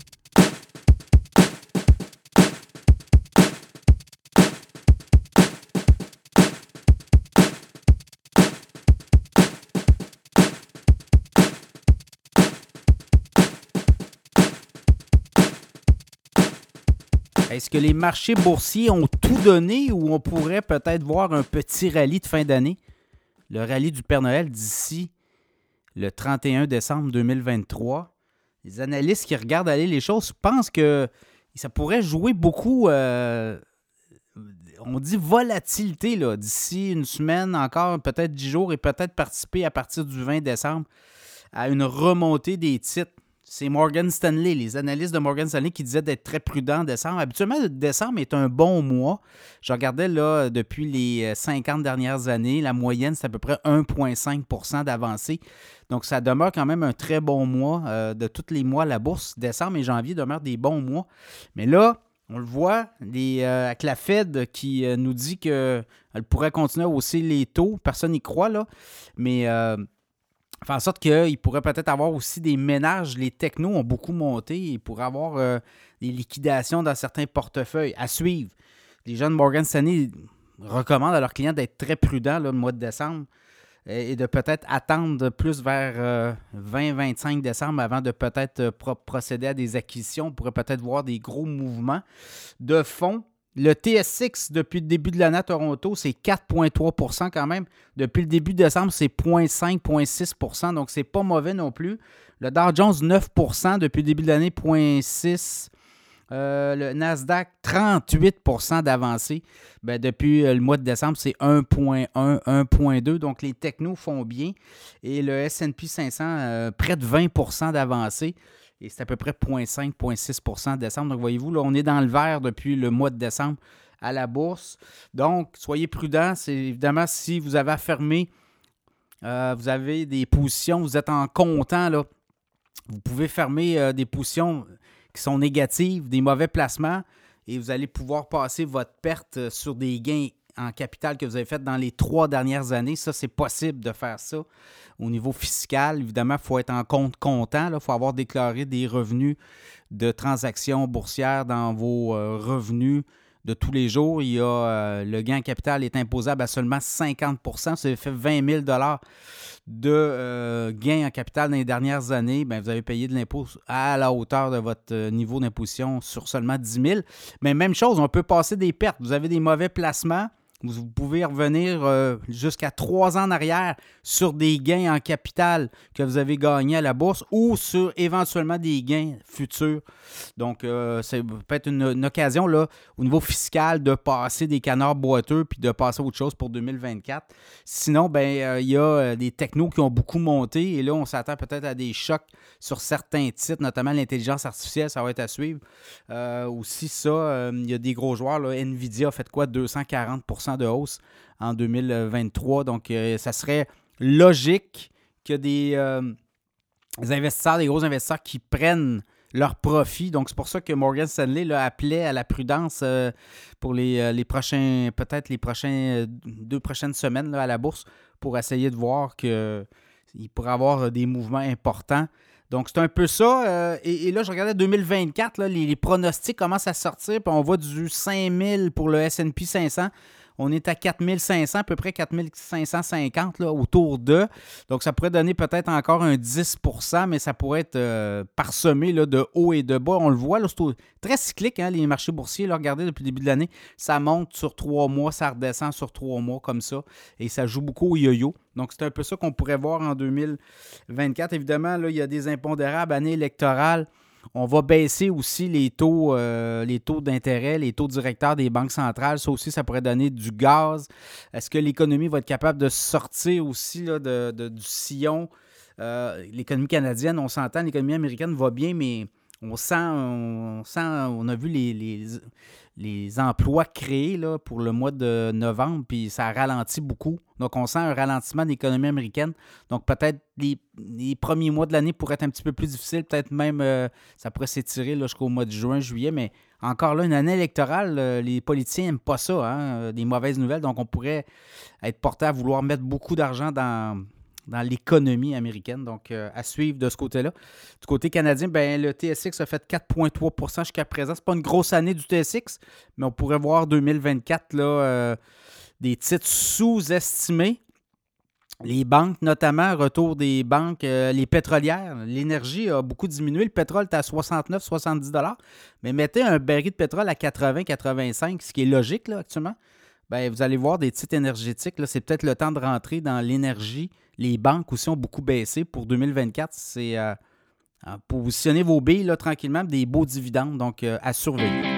Speaker 1: Est-ce que les marchés boursiers ont tout donné ou on pourrait peut-être voir un petit rallye de fin d'année? Le rallye du Père Noël d'ici le trente et un décembre deux mille vingt-trois. Les analystes qui regardent aller les choses pensent que ça pourrait jouer beaucoup, euh, on dit volatilité, là, d'ici une semaine, encore peut-être dix jours et peut-être participer à partir du vingt décembre à une remontée des titres. C'est Morgan Stanley, les analystes de Morgan Stanley qui disaient d'être très prudents en décembre. Habituellement, décembre est un bon mois. Je regardais là, depuis les cinquante dernières années, la moyenne, c'est à peu près un virgule cinq pour cent d'avancée. Donc, ça demeure quand même un très bon mois. Euh, de tous les mois, la bourse, décembre et janvier demeurent des bons mois. Mais là, on le voit, les, euh, avec la Fed qui euh, nous dit qu'elle pourrait continuer à hausser les taux. Personne n'y croit, là. Mais... Euh, fait en sorte qu'il pourrait peut-être avoir aussi des ménages. Les technos ont beaucoup monté. Il pourrait avoir euh, des liquidations dans certains portefeuilles à suivre. Les gens de Morgan Stanley recommandent à leurs clients d'être très prudents là, le mois de décembre et, et de peut-être attendre plus vers euh, vingt vingt-cinq décembre avant de peut-être euh, pro- procéder à des acquisitions. On pourrait peut-être voir des gros mouvements de fonds. Le T S X, depuis le début de l'année à Toronto, c'est quatre virgule trois pour cent quand même. Depuis le début de décembre, c'est zéro virgule cinq, zéro virgule six pour cent, donc c'est pas mauvais non plus. Le Dow Jones, neuf pour cent depuis le début de l'année, zéro virgule six. Euh, le Nasdaq, trente-huit pour cent d'avancée. Ben, depuis euh, le mois de décembre, c'est un virgule un, un virgule deux. Donc, les technos font bien. Et le S and P cinq cents, euh, près de vingt pour cent d'avancée. Et c'est à peu près zéro virgule cinq, zéro virgule six pour cent de décembre. Donc, voyez-vous, là, on est dans le vert depuis le mois de décembre à la bourse. Donc, soyez prudents. C'est évidemment, si vous avez à fermer, euh, vous avez des positions, vous êtes en comptant, là, vous pouvez fermer euh, des positions qui sont négatives, des mauvais placements, et vous allez pouvoir passer votre perte sur des gains en capital que vous avez fait dans les trois dernières années. Ça, c'est possible de faire ça au niveau fiscal. Évidemment, il faut être en compte comptant. Il faut avoir déclaré des revenus de transactions boursières dans vos euh, revenus de tous les jours. Il y a, euh, le gain en capital est imposable à seulement cinquante pour cent. Si vous avez fait vingt mille dollars de euh, gains en capital dans les dernières années, bien, vous avez payé de l'impôt à la hauteur de votre euh, niveau d'imposition sur seulement dix mille. Mais même chose, on peut passer des pertes. Vous avez des mauvais placements. Vous pouvez revenir euh, jusqu'à trois ans en arrière sur des gains en capital que vous avez gagnés à la bourse ou sur éventuellement des gains futurs. Donc, euh, c'est peut-être une, une occasion là, au niveau fiscal de passer des canards boiteux puis de passer à autre chose pour deux mille vingt-quatre. Sinon, ben, euh, il y a des technos qui ont beaucoup monté et là, on s'attend peut-être à des chocs sur certains titres, notamment l'intelligence artificielle, ça va être à suivre. Euh, aussi, ça, euh, il y a des gros joueurs. Là, Nvidia a fait quoi? deux cent quarante pour cent de hausse en deux mille vingt-trois. Donc, euh, ça serait logique que des, euh, des investisseurs, des gros investisseurs qui prennent leurs profits. Donc, c'est pour ça que Morgan Stanley là, appelait à la prudence euh, pour les, euh, les prochains, peut-être les prochains, deux prochaines semaines là, à la bourse pour essayer de voir qu'il pourrait y avoir des mouvements importants. Donc, c'est un peu ça. Euh, et, et là, je regardais deux mille vingt-quatre, là, les, les pronostics commencent à sortir. Puis on voit du cinq mille pour le S and P cinq cents. On est à quatre mille cinq cents, à peu près quatre mille cinq cent cinquante, là, autour d'eux. Donc, ça pourrait donner peut-être encore un dix pour cent, mais ça pourrait être euh, parsemé là, de haut et de bas. On le voit, là, c'est très cyclique, hein, les marchés boursiers. Là, regardez, depuis le début de l'année, ça monte sur trois mois, ça redescend sur trois mois comme ça. Et ça joue beaucoup au yo-yo. Donc, c'est un peu ça qu'on pourrait voir en deux mille vingt-quatre. Évidemment, là, il y a des impondérables, année électorale. On va baisser aussi les taux, euh, les taux d'intérêt, les taux directeurs des banques centrales. Ça aussi, ça pourrait donner du gaz. Est-ce que l'économie va être capable de sortir aussi là, de, de, du sillon? Euh, l'économie canadienne, on s'entend, l'économie américaine va bien, mais on sent, on, sent, on a vu les, les, les emplois créés là, pour le mois de novembre, puis ça ralentit beaucoup. Donc, on sent un ralentissement de l'économie américaine. Donc, peut-être les, les premiers mois de l'année pourraient être un petit peu plus difficiles. Peut-être même, euh, ça pourrait s'étirer là, jusqu'au mois de juin, juillet. Mais encore là, une année électorale, euh, les politiciens n'aiment pas ça, hein, des mauvaises nouvelles. Donc, on pourrait être porté à vouloir mettre beaucoup d'argent dans, dans l'économie américaine. Donc, euh, à suivre de ce côté-là. Du côté canadien, ben, le T S X a fait quatre virgule trois pour cent jusqu'à présent. Ce n'est pas une grosse année du T S X, mais on pourrait voir deux mille vingt-quatre, là... Euh, des titres sous-estimés. Les banques, notamment, retour des banques, euh, les pétrolières. L'énergie a beaucoup diminué. Le pétrole est à soixante-neuf à soixante-dix dollars. Mais mettez un baril de pétrole à quatre-vingts à quatre-vingt-cinq, ce qui est logique là, actuellement. Bien, vous allez voir des titres énergétiques. Là, c'est peut-être le temps de rentrer dans l'énergie. Les banques aussi ont beaucoup baissé. Pour deux mille vingt-quatre, c'est euh, positionner vos billes là, tranquillement, des beaux dividendes. Donc, euh, à surveiller.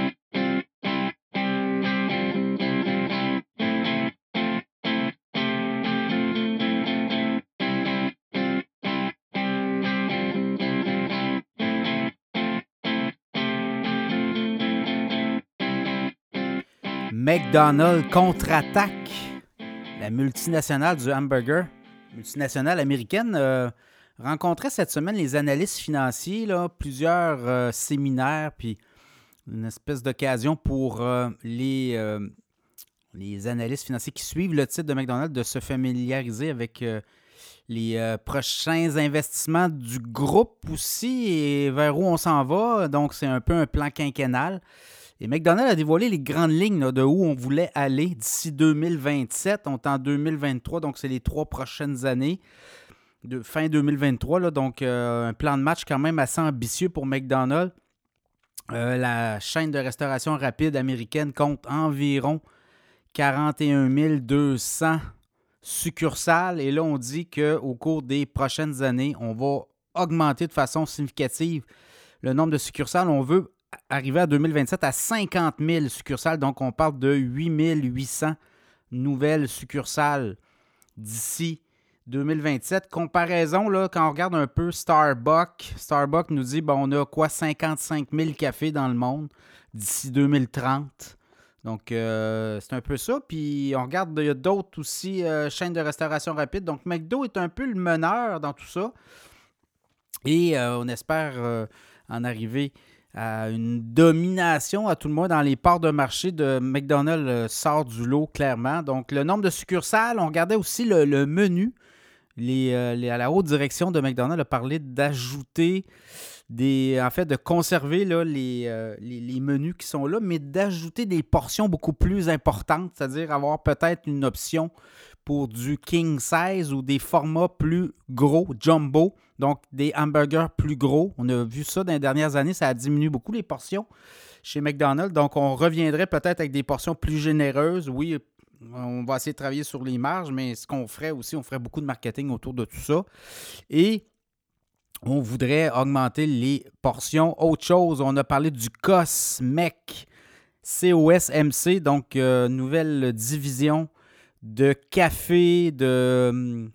Speaker 1: McDonald's contre-attaque. La multinationale du hamburger, multinationale américaine, euh, rencontrait cette semaine les analystes financiers, là, plusieurs euh, séminaires, puis une espèce d'occasion pour euh, les, euh, les analystes financiers qui suivent le titre de McDonald's de se familiariser avec euh, les euh, prochains investissements du groupe aussi et vers où on s'en va. Donc, c'est un peu un plan quinquennal. Et McDonald's a dévoilé les grandes lignes là, de où on voulait aller d'ici deux mille vingt-sept. On est en deux mille vingt-trois, donc c'est les trois prochaines années. De fin deux mille vingt-trois, là, donc euh, un plan de match quand même assez ambitieux pour McDonald's. Euh, la chaîne de restauration rapide américaine compte environ quarante et un mille deux cents succursales. Et là, on dit qu'au cours des prochaines années, on va augmenter de façon significative le nombre de succursales. On veut arriver à deux mille vingt-sept à cinquante mille succursales. Donc, on parle de huit mille huit cents nouvelles succursales d'ici deux mille vingt-sept. Comparaison, là, quand on regarde un peu Starbucks, Starbucks nous dit, bon, on a quoi, cinquante-cinq mille cafés dans le monde d'ici deux mille trente. Donc, euh, c'est un peu ça. Puis, on regarde, il y a d'autres aussi euh, chaînes de restauration rapide. Donc, McDo est un peu le meneur dans tout ça. Et euh, on espère euh, en arriver à une domination, à tout le moins, dans les parts de marché de McDonald's euh, sort du lot, clairement. Donc, le nombre de succursales, on regardait aussi le, le menu. Les, euh, les, à la haute direction de McDonald's a parlé d'ajouter des. En fait, de conserver là, les, euh, les, les menus qui sont là, mais d'ajouter des portions beaucoup plus importantes, c'est-à-dire avoir peut-être une option pour du king size ou des formats plus gros, jumbo, donc des hamburgers plus gros. On a vu ça dans les dernières années, ça a diminué beaucoup les portions chez McDonald's. Donc, on reviendrait peut-être avec des portions plus généreuses. Oui, on va essayer de travailler sur les marges, mais ce qu'on ferait aussi, on ferait beaucoup de marketing autour de tout ça. Et on voudrait augmenter les portions. Autre chose, on a parlé du C O S M E C, C O S M C, donc euh, nouvelle division de café, de hum,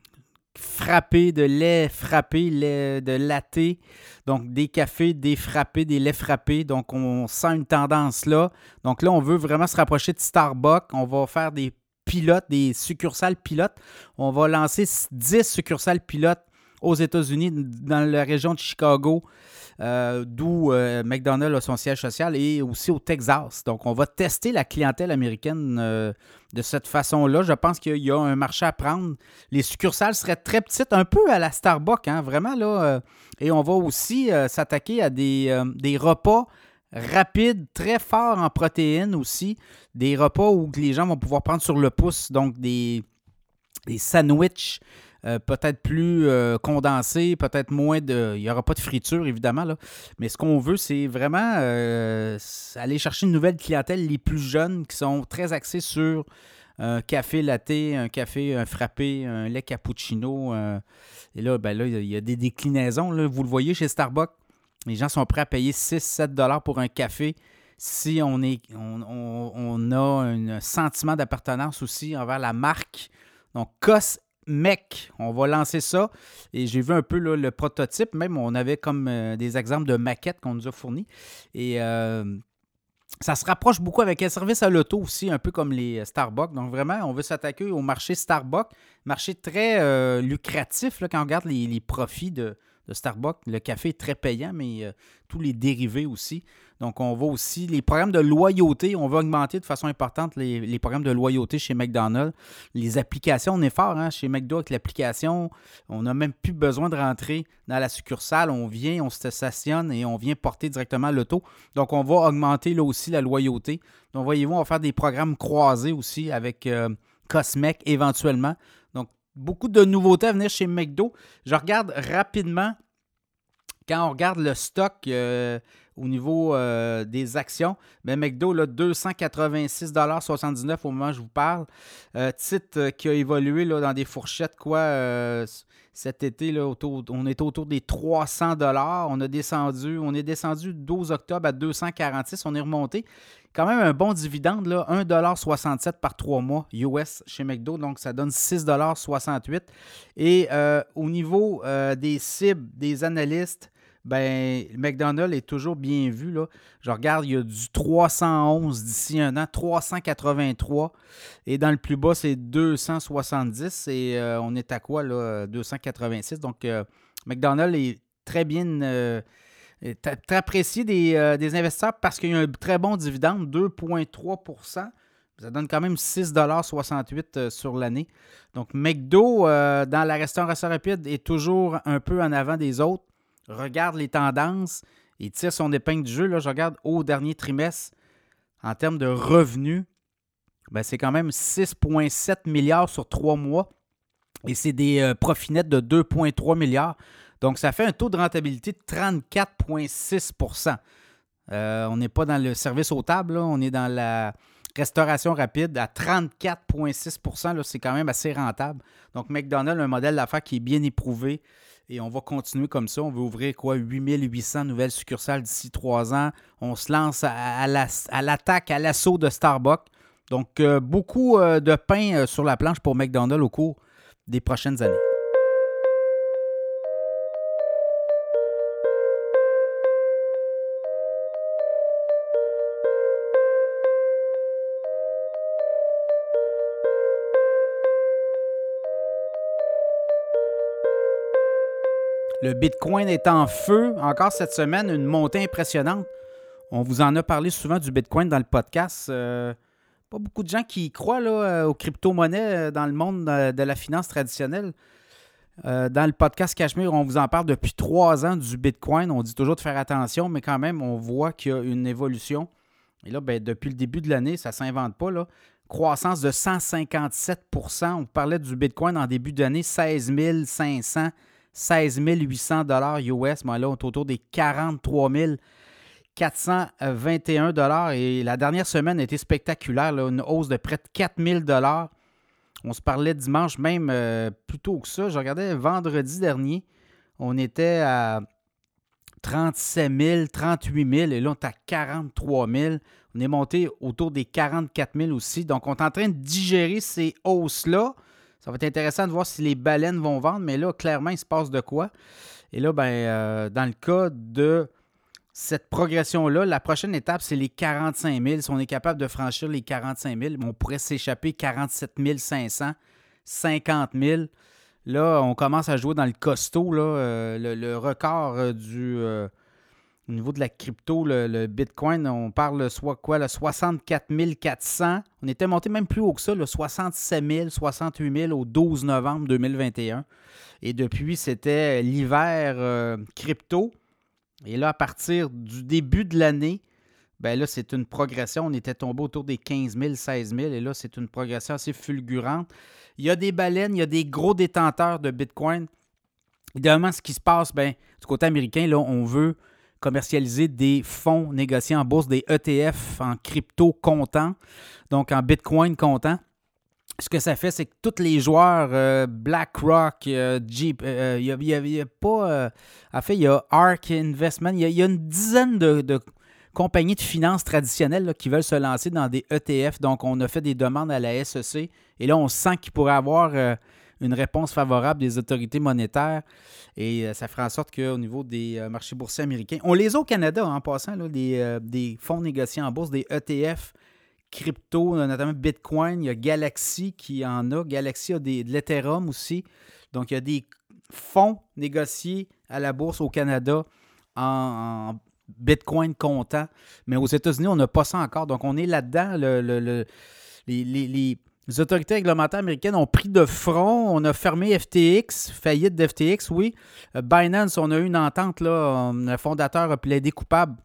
Speaker 1: frappé, de lait frappé, lait, de latte, donc des cafés, des frappés, des laits frappés. Donc, on sent une tendance là. Donc là, on veut vraiment se rapprocher de Starbucks. On va faire des pilotes, des succursales pilotes. On va lancer dix succursales pilotes aux États-Unis, dans la région de Chicago, euh, d'où euh, McDonald's a son siège social, et aussi au Texas. Donc, on va tester la clientèle américaine euh, de cette façon-là. Je pense qu'il y a un marché à prendre. Les succursales seraient très petites, un peu à la Starbucks, hein, vraiment, là. Euh, et on va aussi euh, s'attaquer à des, euh, des repas rapides, très forts en protéines aussi. Des repas où les gens vont pouvoir prendre sur le pouce, donc des, des sandwichs, Euh, peut-être plus euh, condensé, peut-être moins de... Il n'y aura pas de friture, évidemment, là. Mais ce qu'on veut, c'est vraiment euh, aller chercher une nouvelle clientèle, les plus jeunes, qui sont très axés sur un café latte, un café un frappé, un lait cappuccino. Euh, et là, ben là, il y a des déclinaisons, là. Vous le voyez chez Starbucks. Les gens sont prêts à payer six à sept dollars pour un café si on, est, on, on, on a un sentiment d'appartenance aussi envers la marque. Donc, C O S M E C, on va lancer ça. Et j'ai vu un peu là, le prototype. Même, on avait comme euh, des exemples de maquettes qu'on nous a fournis. Et euh, ça se rapproche beaucoup avec un service à l'auto aussi, un peu comme les Starbucks. Donc, vraiment, on veut s'attaquer au marché Starbucks. Marché très euh, lucratif, là, quand on regarde les, les profits de, de Starbucks. Le café est très payant, mais euh, tous les dérivés aussi. Donc, on va aussi... Les programmes de loyauté, on va augmenter de façon importante les, les programmes de loyauté chez McDonald's. Les applications, on est fort, hein, chez McDo avec l'application. On n'a même plus besoin de rentrer dans la succursale. On vient, on se stationne et on vient porter directement l'auto. Donc, on va augmenter là aussi la loyauté. Donc, voyez-vous, on va faire des programmes croisés aussi avec euh, C O S M E C éventuellement. Donc, beaucoup de nouveautés à venir chez McDo. Je regarde rapidement, quand on regarde le stock euh, au niveau euh, des actions, bien, McDo, là, deux cent quatre-vingt-six dollars soixante-dix-neuf au moment où je vous parle. Euh, titre euh, qui a évolué là, dans des fourchettes, quoi, euh, cet été, là, autour, on était autour des trois cents dollars. On a descendu, on est descendu le douze octobre à deux cent quarante-six. On est remonté. Quand même un bon dividende, là, un dollar soixante-sept par trois mois U S chez McDo, donc ça donne six dollars soixante-huit. Et euh, au niveau euh, des cibles des analystes, ben McDonald's est toujours bien vu, là. Je regarde, il y a du trois cent onze d'ici un an, trois cent quatre-vingt-trois. Et dans le plus bas, c'est deux cent soixante-dix. Et euh, on est à quoi, là? deux cent quatre-vingt-six. Donc, euh, McDonald's est très bien... Euh, très apprécié des, euh, des investisseurs parce qu'il y a un très bon dividende, deux virgule trois pour cent. Ça donne quand même six dollars soixante-huit euh, sur l'année. Donc, McDo, euh, dans la restauration rapide, est toujours un peu en avant des autres. Regarde les tendances et tire son épingle du jeu. Là, je regarde au dernier trimestre, en termes de revenus, ben, c'est quand même six virgule sept milliards sur trois mois. Et c'est des euh, profits nets de deux virgule trois milliards. Donc, ça fait un taux de rentabilité de trente-quatre virgule six pour cent. Euh, on n'est pas dans le service aux tables, là. On est dans la restauration rapide à trente-quatre virgule six pour cent. Là, c'est quand même assez rentable. Donc, McDonald's, un modèle d'affaires qui est bien éprouvé Et on va continuer comme ça. On veut ouvrir quoi, huit mille huit cents nouvelles succursales d'ici trois ans. On se lance à, à, la, à l'attaque, à l'assaut de Starbucks. Donc, euh, beaucoup euh, de pain euh, sur la planche pour McDonald's au cours des prochaines années. Le Bitcoin est en feu. Encore cette semaine, une montée impressionnante. On vous en a parlé souvent du Bitcoin dans le podcast. Euh, pas beaucoup de gens qui croient là, aux crypto-monnaies dans le monde de la finance traditionnelle. Euh, dans le podcast Cachemire, on vous en parle depuis trois ans du Bitcoin. On dit toujours de faire attention, mais quand même, on voit qu'il y a une évolution. Et là, ben, depuis le début de l'année, ça ne s'invente pas, là. Croissance de cent cinquante-sept pour cent. On parlait du Bitcoin en début d'année, seize mille cinq cents, seize mille huit cents dollars U S. Mais là, on est autour des quarante-trois mille quatre cent vingt et un dollars. Et la dernière semaine a été spectaculaire, là, une hausse de près de quatre mille dollars. On se parlait dimanche même euh, plus tôt que ça. Je regardais vendredi dernier, on était à trente-sept mille, trente-huit mille et là, on est à quarante-trois mille. On est monté autour des quarante-quatre mille aussi. Donc, on est en train de digérer ces hausses-là. Ça va être intéressant de voir si les baleines vont vendre, mais là, clairement, il se passe de quoi. Et là, ben, euh, dans le cas de cette progression-là, la prochaine étape, c'est les quarante-cinq mille. Si on est capable de franchir les quarante-cinq mille, on pourrait s'échapper quarante-sept mille cinq cents, cinquante mille. Là, on commence à jouer dans le costaud. Là, euh, le, le record euh, du euh, au niveau de la crypto, le, le Bitcoin, on parle soit quoi, le soixante-quatre mille quatre cents. On était monté même plus haut que ça, le soixante-sept mille, soixante-huit mille au douze novembre deux mille vingt et un. Et depuis, c'était l'hiver euh, crypto. Et là, à partir du début de l'année, ben là, c'est une progression. On était tombé autour des quinze mille, seize mille. Et là, c'est une progression assez fulgurante. Il y a des baleines, il y a des gros détenteurs de Bitcoin. Évidemment, ce qui se passe, ben, du côté américain, là, on veut commercialiser des fonds négociés en bourse, des E T F en crypto comptant, donc en Bitcoin comptant. Ce que ça fait, c'est que tous les joueurs, euh, BlackRock, euh, Jeep, euh, il y a, y a pas... Euh, en fait, il y a Ark Investment, il y, y a une dizaine de, de compagnies de finances traditionnelles là, qui veulent se lancer dans des E T F. Donc, on a fait des demandes à la S E C. Et là, on sent qu'il pourrait avoir euh, une réponse favorable des autorités monétaires. Et euh, ça fera en sorte qu'au niveau des euh, marchés boursiers américains, on les a au Canada, en passant, là, des, euh, des fonds négociés en bourse, des E T F, crypto, notamment Bitcoin. Il y a Galaxy qui en a. Galaxy a des, de l'Ethereum aussi. Donc, il y a des fonds négociés à la bourse au Canada en, en Bitcoin comptant. Mais aux États-Unis, on n'a pas ça encore. Donc, on est là-dedans. Le, le, le, les, les, les autorités réglementaires américaines ont pris de front. On a fermé F T X, faillite de F T X, oui. Binance, on a eu une entente. Là, le fondateur a plaidé coupable.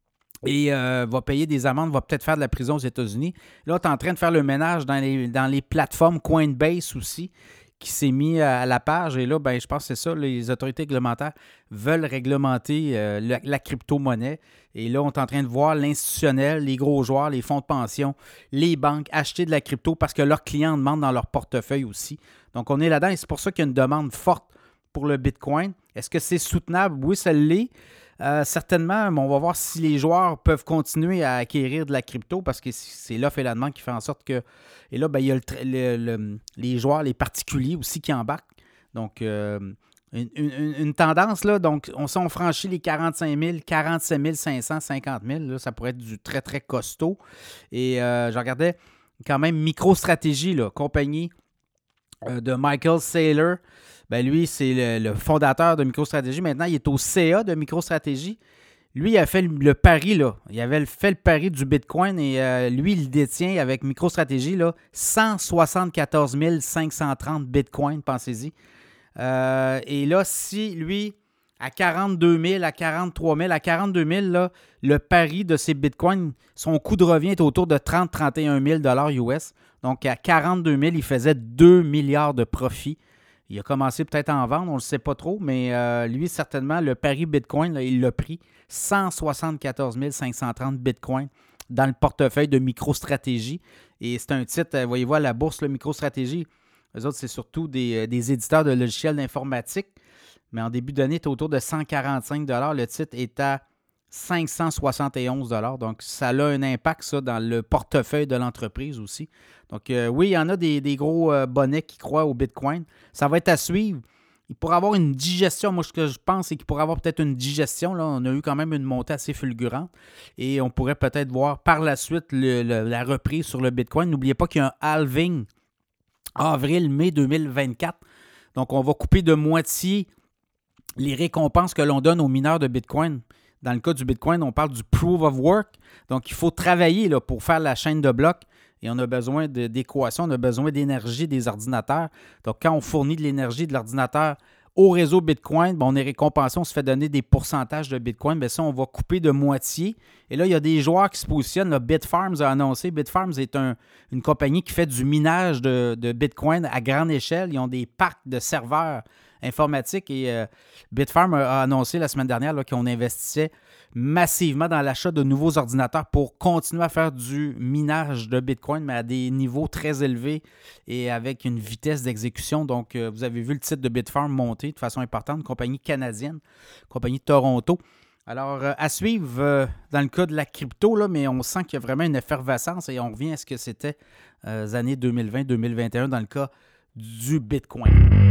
Speaker 1: Et euh, va payer des amendes, va peut-être faire de la prison aux États-Unis. Là, tu es en train de faire le ménage dans les, dans les plateformes Coinbase aussi, qui s'est mis à la page. Et là, ben, je pense que c'est ça, les autorités réglementaires veulent réglementer euh, la, la crypto-monnaie. Et là, on est en train de voir l'institutionnel, les gros joueurs, les fonds de pension, les banques acheter de la crypto parce que leurs clients demandent dans leur portefeuille aussi. Donc, on est là-dedans et c'est pour ça qu'il y a une demande forte pour le Bitcoin. Est-ce que c'est soutenable? Oui, ça l'est. Euh, certainement, mais on va voir si les joueurs peuvent continuer à acquérir de la crypto parce que c'est l'offre et la demande qui fait en sorte que... Et là, ben, il y a le, le, le, les joueurs, les particuliers aussi qui embarquent. Donc, euh, une, une, une tendance, là, donc on, on franchit les quarante-cinq mille, quarante-sept mille cinq cents, cinquante mille. Là, ça pourrait être du très, très costaud. Et euh, je regardais quand même MicroStrategy, là, compagnie euh, de Michael Saylor. Ben lui, c'est le, le fondateur de MicroStrategy. Maintenant, il est au C A de MicroStrategy. Lui, il a fait le, le pari, là. Il avait fait le pari du Bitcoin et euh, lui, il détient avec MicroStrategy là, cent soixante-quatorze mille cinq cent trente Bitcoin, pensez-y. Euh, et là, si lui, à quarante-deux mille, à quarante-trois mille, à quarante-deux mille, là, le pari de ces Bitcoins, son coût de revient est autour de trente à trente et un mille dollars U S. Donc, à quarante-deux mille, il faisait deux milliards de profit. Il a commencé peut-être à en vendre, on ne le sait pas trop, mais euh, lui, certainement, le pari Bitcoin, là, il l'a pris cent soixante-quatorze mille cinq cent trente Bitcoin dans le portefeuille de MicroStrategy. Et c'est un titre, euh, voyez-vous, à la bourse, le MicroStrategy, eux autres, c'est surtout des, des éditeurs de logiciels d'informatique. mais en début d'année, est autour de cent quarante-cinq dollars. Le titre est à cinq cent soixante et onze dollars. Donc, ça a un impact, ça, dans le portefeuille de l'entreprise aussi. Donc, euh, oui, il y en a des, des gros euh, bonnets qui croient au Bitcoin. Ça va être à suivre. Il pourrait avoir une digestion. Moi, ce que je pense, c'est qu'il pourrait avoir peut-être une digestion. Là. On a eu quand même une montée assez fulgurante. Et on pourrait peut-être voir par la suite le, le, la reprise sur le Bitcoin. N'oubliez pas qu'il y a un halving avril-mai deux mille vingt-quatre. Donc, on va couper de moitié les récompenses que l'on donne aux mineurs de Bitcoin. Dans le cas du Bitcoin, on parle du Proof of Work. Donc, il faut travailler là, pour faire la chaîne de blocs. Et on a besoin de, d'équations, on a besoin d'énergie des ordinateurs. Donc, quand on fournit de l'énergie de l'ordinateur au réseau Bitcoin, bien, on est récompensé, on se fait donner des pourcentages de Bitcoin. Bien, ça, on va couper de moitié. Et là, il y a des joueurs qui se positionnent. Là, Bitfarms a annoncé. Bitfarms est un, une compagnie qui fait du minage de, de Bitcoin à grande échelle. Ils ont des parcs de serveurs informatiques. Et euh, Bitfarms a annoncé la semaine dernière là, qu'on investissait massivement dans l'achat de nouveaux ordinateurs pour continuer à faire du minage de Bitcoin, mais à des niveaux très élevés et avec une vitesse d'exécution. Donc, euh, vous avez vu le titre de Bitfarms monter de façon importante, une compagnie canadienne, compagnie de Toronto. Alors, euh, à suivre euh, dans le cas de la crypto, là, mais on sent qu'il y a vraiment une effervescence et on revient à ce que c'était euh, les années deux mille vingt deux mille vingt et un dans le cas du Bitcoin.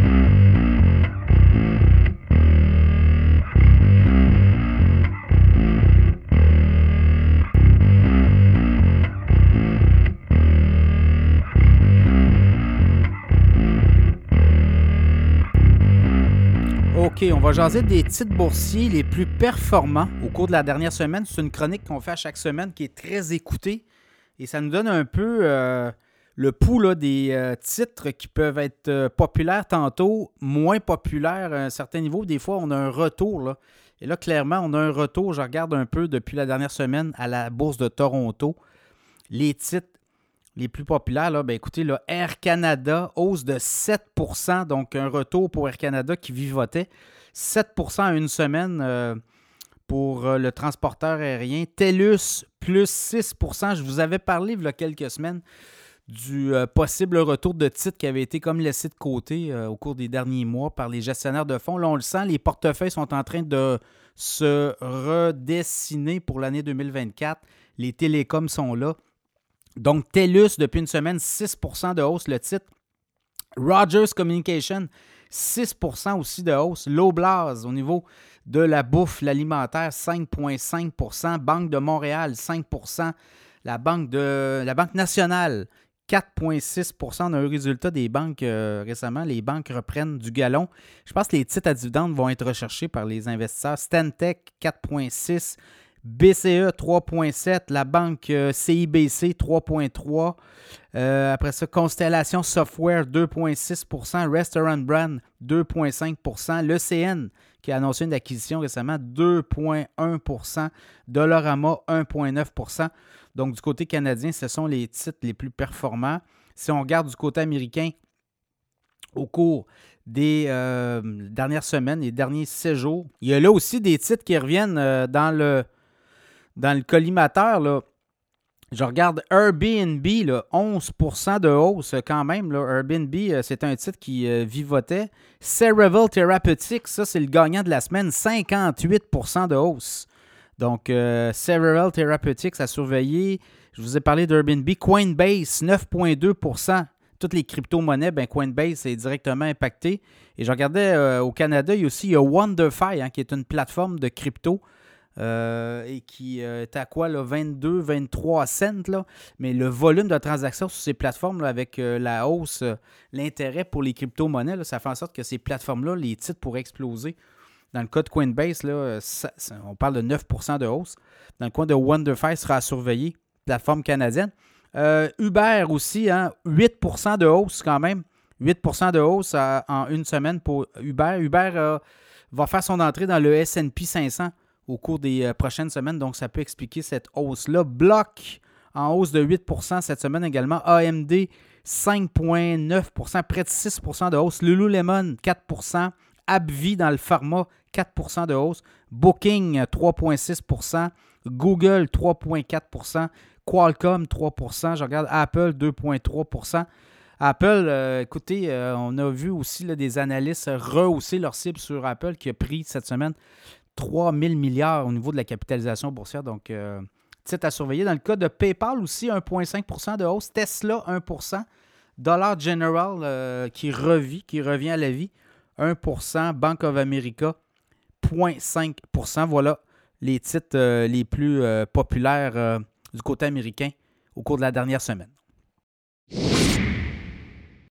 Speaker 1: OK, on va jaser des titres boursiers les plus performants au cours de la dernière semaine. C'est une chronique qu'on fait à chaque semaine qui est très écoutée et ça nous donne un peu euh, le pouls là, des euh, titres qui peuvent être euh, populaires tantôt, moins populaires à un certain niveau. Des fois, on a un retour. Là. Et là, clairement, on a un retour. Je regarde un peu depuis la dernière semaine à la Bourse de Toronto. Les titres les plus populaires, là, ben écoutez, là, Air Canada, hausse de sept pour cent, donc un retour pour Air Canada qui vivotait. sept pour cent en une semaine euh, pour euh, le transporteur aérien. TELUS, plus six pour cent. Je vous avais parlé il y a quelques semaines du euh, possible retour de titres qui avait été comme laissé de côté euh, au cours des derniers mois par les gestionnaires de fonds. Là, on le sent, les portefeuilles sont en train de se redessiner pour l'année deux mille vingt-quatre. Les télécoms sont là. Donc, TELUS, depuis une semaine, six pour cent de hausse le titre. Rogers Communication, six pour cent aussi de hausse. Loblaws, au niveau de la bouffe, l'alimentaire, cinq virgule cinq pour cent. Banque de Montréal, cinq pour cent. La Banque, de, la Banque nationale, quatre virgule six pour cent. On a eu le résultat des banques euh, récemment. Les banques reprennent du galon. Je pense que les titres à dividendes vont être recherchés par les investisseurs. Stantec, quatre virgule six. B C E, trois virgule sept. La banque euh, C I B C, trois virgule trois. Euh, après ça, Constellation Software, deux virgule six pour cent. Restaurant Brand, deux virgule cinq pour cent. L'E C N, qui a annoncé une acquisition récemment, deux virgule un pour cent. Dollarama, un virgule neuf pour cent. Donc, du côté canadien, ce sont les titres les plus performants. Si on regarde du côté américain, au cours des euh, dernières semaines, les derniers six jours, il y a là aussi des titres qui reviennent euh, dans le Dans le collimateur, là, je regarde Airbnb, là, onze pour cent de hausse quand même. Là. Airbnb, euh, c'est un titre qui euh, vivotait. Cerevel Therapeutics, ça, c'est le gagnant de la semaine, cinquante-huit pour cent de hausse. Donc, euh, Cerevel Therapeutics à surveiller. Je vous ai parlé d'Airbnb. Coinbase, neuf virgule deux pour cent. Toutes les crypto-monnaies, ben Coinbase est directement impacté. Et je regardais euh, au Canada, il y a aussi il y a WonderFi, hein, qui est une plateforme de crypto. Euh, et qui euh, est à quoi, là, vingt-deux, vingt-trois cents, là. Mais le volume de transactions sur ces plateformes, là, avec euh, la hausse, euh, l'intérêt pour les crypto-monnaies, là, ça fait en sorte que ces plateformes-là, les titres pourraient exploser. Dans le cas de Coinbase, là, ça, ça, on parle de neuf pour cent de hausse. Dans le coin de WonderFi, sera à surveiller, plateforme canadienne. Euh, Uber aussi, hein, huit pour cent de hausse quand même. huit pour cent de hausse à, en une semaine pour Uber. Uber euh, va faire son entrée dans le S and P cinq cents au cours des euh, prochaines semaines, donc ça peut expliquer cette hausse-là. Block en hausse de huit pour cent cette semaine également. A M D, cinq virgule neuf pour cent, près de six pour cent de hausse. Lululemon, quatre pour cent. AbbVie dans le pharma, quatre pour cent de hausse. Booking, trois virgule six pour cent. Google, trois virgule quatre pour cent. Qualcomm, trois pour cent. Je regarde Apple, deux virgule trois pour cent. Apple, euh, écoutez, euh, on a vu aussi là, des analystes rehausser leur cible sur Apple qui a pris cette semaine trois mille milliards au niveau de la capitalisation boursière. Donc, euh, titre à surveiller. Dans le cas de PayPal aussi, un virgule cinq pour cent de hausse. Tesla, un pour cent. Dollar General euh, qui revit, qui revient à la vie, un pour cent. Bank of America, zéro virgule cinq pour cent. Voilà les titres euh, les plus euh, populaires euh, du côté américain au cours de la dernière semaine.